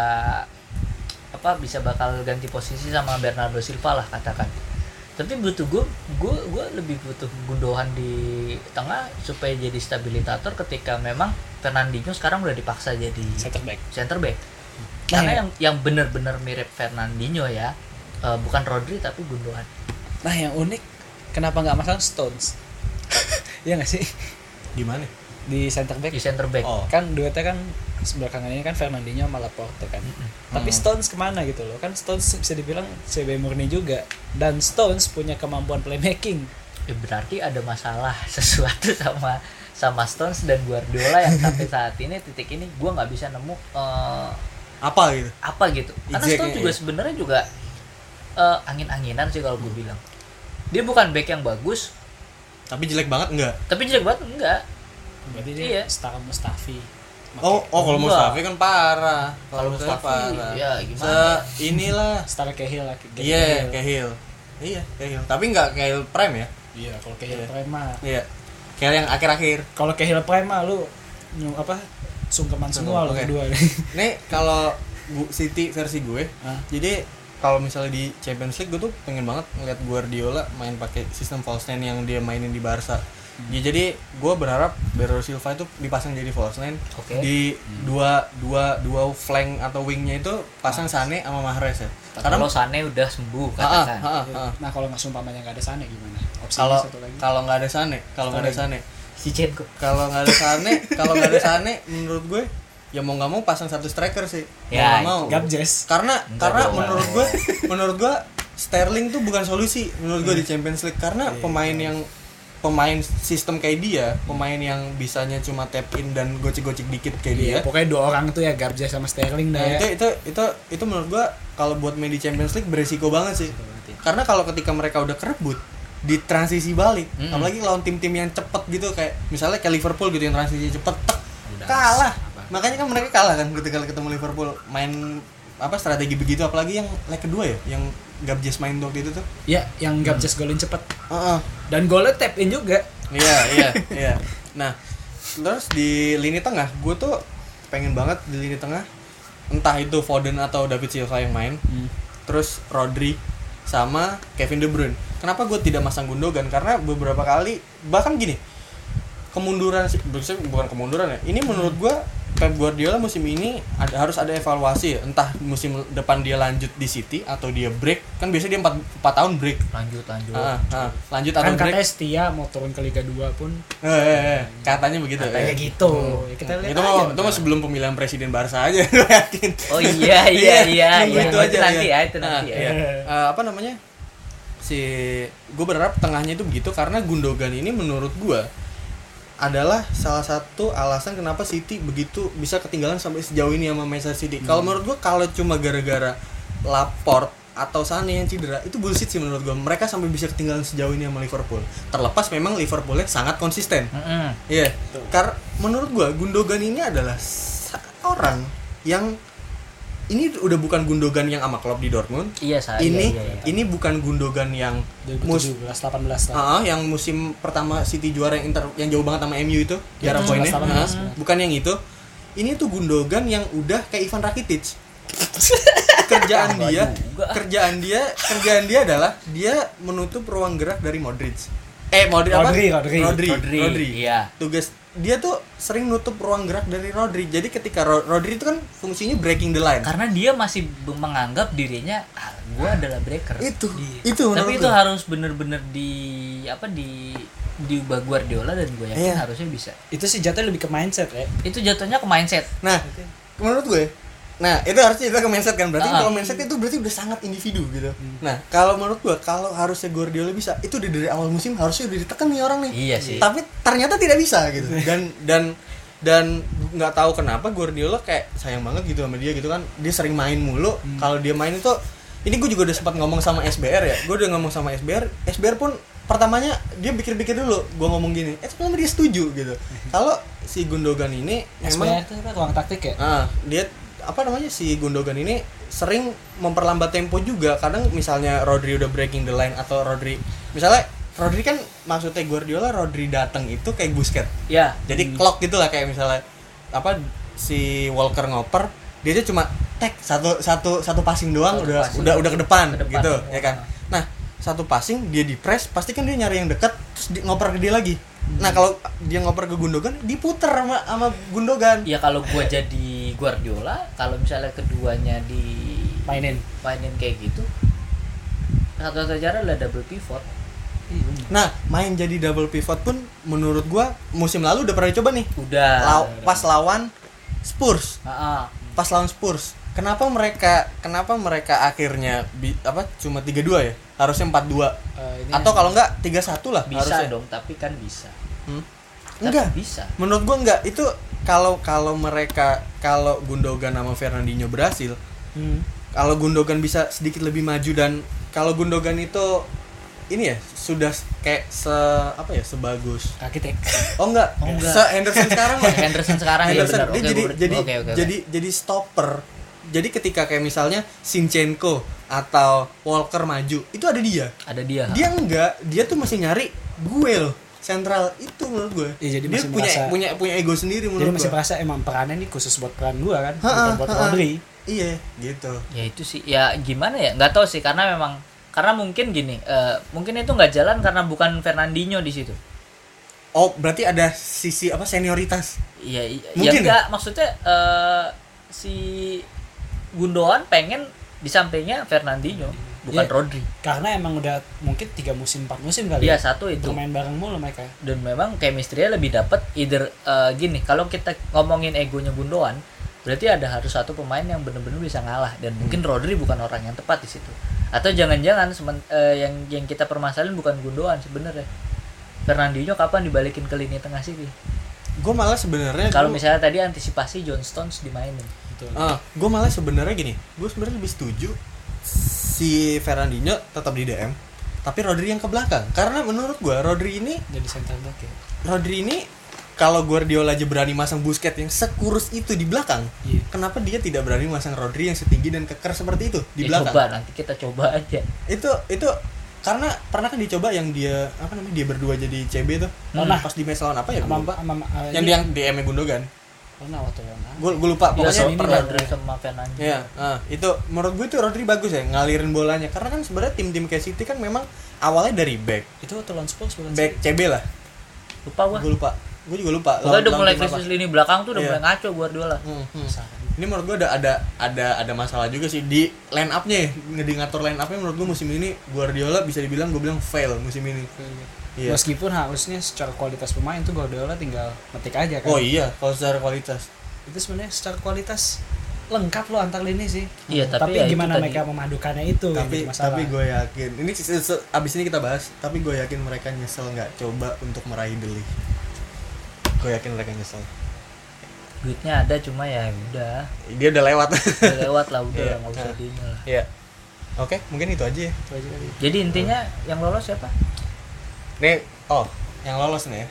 ganti posisi sama Bernardo Silva lah katakan. Tapi butuh gue lebih butuh Gundogan di tengah supaya jadi stabilitator ketika memang Fernandinho sekarang udah dipaksa jadi center back. Karena yang benar-benar mirip Fernandinho ya, bukan Rodri tapi Gundogan. Nah yang unik kenapa nggak masang Stones? Iya nggak sih? Di mana? Di center back. Oh. Kan duetnya kan belakangan ini kan Fernandinho sama Laporte kan. Tapi Stones kemana gitu loh? Kan Stones bisa dibilang CB murni juga. Dan Stones punya kemampuan playmaking. Berarti ada masalah sesuatu sama Stones dan Guardiola yang sampai saat ini titik ini gue nggak bisa nemu apa gitu. Apa gitu. Karena Exactly, Stone juga iya. sebenarnya juga angin-anginan sih kalau gue bilang. Dia bukan back yang bagus, Tapi jelek banget enggak? tapi jelek banget enggak. Berarti dia Iya. setara Mustafi. Oh kalau Enggak. Mustafi kan parah. Kalau Mustafi Mustafi, parah. ya gimana? Inilah. Setara Cahill lah. Iya, Cahill. Iya, Cahill. Tapi enggak Cahill Prime ya? Iya, kalau Cahill Iya. Prime mah. Iya. Cahill yang akhir-akhir. Kalau Cahill Prime mah lu sungkeman semua lu Oke. berdua. Nih kalau City versi gue. Hah? Jadi kalau misalnya di Champions League gue tuh pengen banget ngeliat Guardiola main pakai sistem false nine yang dia mainin di Barca. Ya, jadi gue berharap Bernardo Silva itu dipasang jadi false nine. Oke. Di dua flank atau wingnya itu pasang Sané sama Mahrez ya. Kalau Sané udah sembuh Ah, katakan. ah, ah, ah. Nah, kalau nggak sumpamanya nggak ada Sané gimana? Opsinya kalau satu lagi. kalau nggak ada Sané, kalau nggak ada Sané, Si Cenko. kalau nggak ada Sané, menurut gue ya mau nggak mau pasang satu striker sih. Ya, Mau nggak mau. Gabjes. Karena Enggak dong. menurut gue Sterling tuh bukan solusi menurut gue di Champions League karena pemain sistem kayak dia, pemain yang bisanya cuma tap in dan gocek-gocek dikit kayak dia. Iya, pokoknya dua orang tuh ya Gabjes sama Sterling dah Nah, ya. itu menurut gua kalau buat main di Champions League beresiko banget sih. Karena kalau ketika mereka udah kerebut di transisi balik, apalagi lawan tim-tim yang cepet gitu kayak misalnya kayak Liverpool gitu yang transisi cepet tek, kalah. Makanya kan mereka kalah kan ketika ketemu Liverpool main strategi begitu apalagi yang leg kedua ya yang Gabjes main waktu itu tuh. Ya, yang Gabjes golin cepet. Heeh. Dan golnya tap in juga. Iya. Nah, terus di lini tengah, gue tuh pengen banget di lini tengah entah itu Foden atau David Silva yang main. Terus Rodri sama Kevin De Bruyne. Kenapa gue tidak masang Gundogan? Karena beberapa kali bahkan gini. Bukan kemunduran ya. Ini menurut gue Pep Guardiola musim ini harus ada evaluasi ya. Entah musim depan dia lanjut di City atau dia break. Kan biasanya dia 4 tahun break. Lanjut. Lanjut atau Kan break. katanya setia mau turun ke Liga 2 pun Katanya begitu. katanya ya. gitu. Ya, kita lihat Itu mah sebelum pemilihan presiden Barca aja gue yakin. Oh iya. Itu aja nanti ya. ya, itu nanti ya. Apa namanya? Gue berharap tengahnya itu begitu karena Gundogan ini menurut gue adalah salah satu alasan kenapa City begitu bisa ketinggalan sampai sejauh ini sama Manchester City. Kalau menurut gue kalau cuma gara-gara Laporte atau Sané yang cedera itu bullshit sih menurut gue. Mereka sampai bisa ketinggalan sejauh ini sama Liverpool. Terlepas memang Liverpoolnya sangat konsisten. Iya. Karena menurut gue Gundogan ini adalah orang yang ini udah bukan Gundogan yang sama Klopp di Dortmund. Iya, Ini bukan Gundogan yang 2017 18 lah. yang musim pertama City juara yang jauh banget sama MU itu, jarak 17, poinnya. 18. Bukan yang itu. Ini tuh Gundogan yang udah kayak Ivan Rakitic. Kerjaan dia adalah dia menutup ruang gerak dari Modric. Rodri. Iya. Tugas dia tuh sering nutup ruang gerak dari Rodri. Jadi ketika Rodri itu kan fungsinya breaking the line. Karena dia masih menganggap dirinya gue adalah breaker. Itu Tapi menurut itu gua. harus bener-bener diubah Guardiola dan gue yakin Iya. harusnya bisa. Itu sih jatuhnya lebih ke mindset ya. Itu jatuhnya ke mindset. Nah, menurut gue, itu harusnya kita ke mindset kan. Berarti Ah. kalau mindset itu berarti udah sangat individu gitu. Nah, kalau menurut gue, kalau harusnya Guardiola bisa, itu dari awal musim harusnya udah ditekan nih orang nih. Iya sih. Tapi ternyata tidak bisa gitu. Dan nggak tahu kenapa Guardiola kayak sayang banget gitu sama dia gitu kan. Dia sering main mulu. Kalau dia main itu, ini gue juga udah sempat ngomong sama SBR ya. Gue udah ngomong sama SBR. SBR pun pertamanya dia pikir-pikir dulu. Gue ngomong gini, ternyata dia setuju gitu. Kalau si Gundogan ini SPR itu ruang taktik ya. dia si Gundogan ini sering memperlambat tempo juga. Kadang misalnya Rodri udah breaking the line atau Rodri kan maksudnya Guardiola Rodri datang itu kayak Busquets. Ya. Jadi clock gitulah kayak misalnya si Walker ngoper, dia tuh cuma satu passing doang udah ke depan gitu ya kan. Nah, satu passing dia di press, pasti kan dia nyari yang dekat terus ngoper ke dia lagi. Nah, kalau dia ngoper ke Gundogan, diputer sama Gundogan. Ya kalau gue jadi Guardiola, kalau misalnya keduanya mainin kayak gitu, satu-satu cara adalah double pivot. Nah, main jadi double pivot pun menurut gua musim lalu udah pernah dicoba nih. Udah. Pas lawan Spurs. Heeh. Kenapa mereka akhirnya cuma 3-2 ya? Harusnya 4-2. Atau kalau enggak 3-1 lah Bisa harusnya. dong, tapi kan bisa. Enggak. Bisa. Menurut gua enggak. Itu kalau Gundogan sama Fernandinho berhasil, kalau Gundogan bisa sedikit lebih maju dan kalau Gundogan itu ini ya sudah kayak sebagus arsitek. Oh enggak. Henderson sekarang lah. Henderson sekarang ya Henderson benar. dia jadi stopper. Jadi ketika kayak misalnya Zinchenko atau Walker maju, itu ada dia. Ada dia. Dia enggak, dia tuh masih nyari gue loh. Sentral itu menurut gue. Iya, jadi dia masih punya ego sendiri menurut gue. Jadi masih merasa emang perannya ini khusus buat peran gua kan, bukan buat Rodri. Iya, gitu. Ya itu sih. Ya gimana ya? Nggak tahu sih karena mungkin gini, mungkin itu nggak jalan karena bukan Fernandinho di situ. Oh, berarti ada sisi senioritas. Iya, Mungkin ya enggak, maksudnya si Gundogan pengen di sampingnya Fernandinho, bukan Iya. Rodri. Karena emang udah mungkin 3 musim 4 musim kali. Iya, satu itu. Bermain bareng mulu mereka. Dan memang chemistry-nya lebih dapat either gini, kalau kita ngomongin egonya Gundogan, berarti harus satu pemain yang benar-benar bisa ngalah dan mungkin Rodri bukan orang yang tepat di situ. Atau jangan-jangan yang kita permasalahin bukan Gundogan sebenarnya. Fernandinho kapan dibalikin ke lini tengah sih? Gue malah sebenarnya Kalau misalnya tadi antisipasi John Stones dimainin. gue malah sebenarnya gini, gue sebenarnya lebih setuju si Fernandinho tetap di DM, tapi Rodri yang ke belakang. Karena menurut gue Rodri ini Center back ya. Rodri ini kalau Guardiola aja berani masang Busquets yang sekurus itu di belakang, kenapa dia tidak berani masang Rodri yang setinggi dan keker seperti itu di belakang? Coba nanti kita coba aja. Itu karena pernah kan dicoba yang dia dia berdua jadi CB tuh. Pas di match lawan apa ya? Yang dia DM Gundogan. Waktu lawan. Gue lupa pokoknya Super Rodri sama Fernandinho. Iya, itu menurut gue itu Rodri bagus ya ngalirin bolanya. Karena kan sebenarnya tim-tim kayak City kan memang awalnya dari back. Itu waktu lawan Spurs bukan Back CB lah. Lupa gua. Gue juga lupa. Pokoknya udah mulai krisis lini belakang tuh udah mulai ngaco Guardiola. Ini menurut gue ada masalah juga sih di line up-nya ya. Ngatur line up-nya menurut gue musim ini Guardiola bisa dibilang fail musim ini. Iya. Meskipun harusnya secara kualitas pemain tuh Guardiola tinggal metik aja kan. Oh iya, kalau secara kualitas. Itu sebenarnya secara kualitas lengkap loh antar lini sih. Iya, tapi ya gimana itu mereka memadukannya itu yang jadi masalah. Tapi gue yakin ini abis ini kita bahas. Tapi gue yakin mereka nyesel nggak coba untuk meraih The League. Gue yakin mereka nyesel. Duitnya ada cuma ya udah. Dia udah lewat. Udah lewat lah udah Iya. nggak usah diini lah. Iya. Oke, mungkin itu aja ya. Jadi intinya yang lolos siapa? Nih, yang lolos nih ya.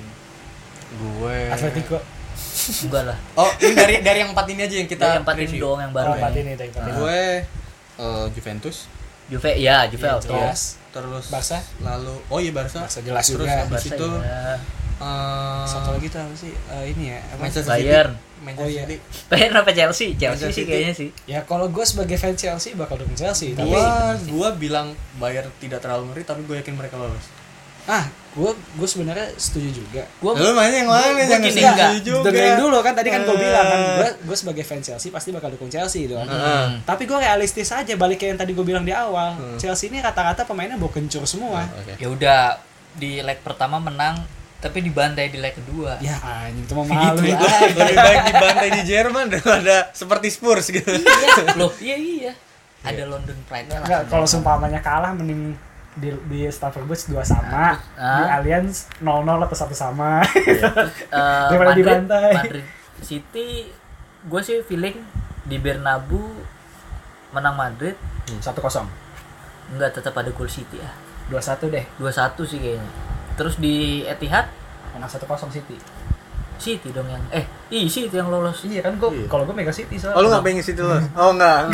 Gue Atletico. Enggak lah. Oh, ini dari yang 4 ini aja yang kita Yang 4 ini review. doang yang baru. Empat ini dari empat ini. Gue Juventus, Juve Iya, oke. terus Barca. lalu Barca. Barca jelas Terus juga. habis Barca itu ya. Satu lagi tuh apa sih? Ini ya. Manchester Bayern. City. Manchester Oh, iya. City. Bayern apa Chelsea? Chelsea Manchester sih City. kayaknya sih. Ya kalau gue sebagai fans Chelsea bakal dukung Chelsea. Tapi Gua bilang Bayern tidak terlalu ngeri, tapi gue yakin mereka lolos. gue sebenarnya setuju juga. Gua Lu mainnya yang mana? gua Jangan gini, setuju enggak. juga. Dengerin dulu kan tadi kan gue bilang kan gue sebagai fans Chelsea pasti bakal dukung Chelsea gitu kan. Tapi gue realistis aja balik ke yang tadi gue bilang di awal. Chelsea ini rata-rata pemainnya bau kencur semua. Oke. Ya udah di leg pertama menang tapi dibantai di leg kedua. Ya anjing itu mah malu Lebih ya. baik dibantai di Jerman daripada seperti Spurs gitu. Iya, loh, iya. Ada London Pride-nya lah. Enggak, kalau seumpamanya kalah mending di Stamford Bridge 2 sama, di Allianz 0-0 atau 1 sama. Daripada dibantai. Madrid City gue sih feeling di Bernabeu menang Madrid 1-0. enggak, tetap ada gol City ya. 2-1 deh. 2-1 sih kayaknya. Terus di Etihad Menang 1-0 City. City dong yang City yang lolos. Iya kan kalau gue Mega City soalnya. Oh, lu enggak pengen situ lolos? Oh, enggak.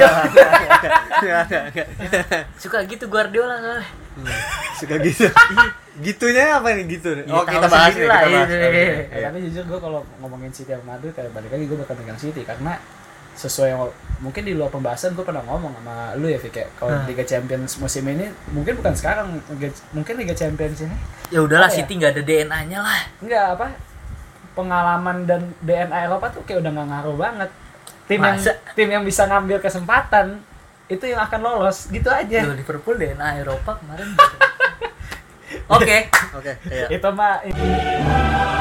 Suka gitu Guardiola soalnya. Suka gitu. Gitunya apa nih gitu? Ya, Oh, tahu kita bahas sendiri nih, lah, kita bahas. iya. Oke. Tapi jujur gue kalau ngomongin City sama Madrid kayak balik lagi gue bakal pegang City karena sesuai yang mungkin di luar pembahasan gue pernah ngomong sama lu ya Fik, kayak kalau Liga Champions musim ini mungkin bukan sekarang, mungkin Liga Champions ini Ya udahlah, Apa ya? City nggak ada DNA-nya lah. enggak apa pengalaman dan DNA Eropa tuh kayak udah nggak ngaruh banget. Tim yang bisa ngambil kesempatan itu yang akan lolos gitu aja. Loh, Liverpool DNA Eropa kemarin. Oke. Oke, iya. Itu mah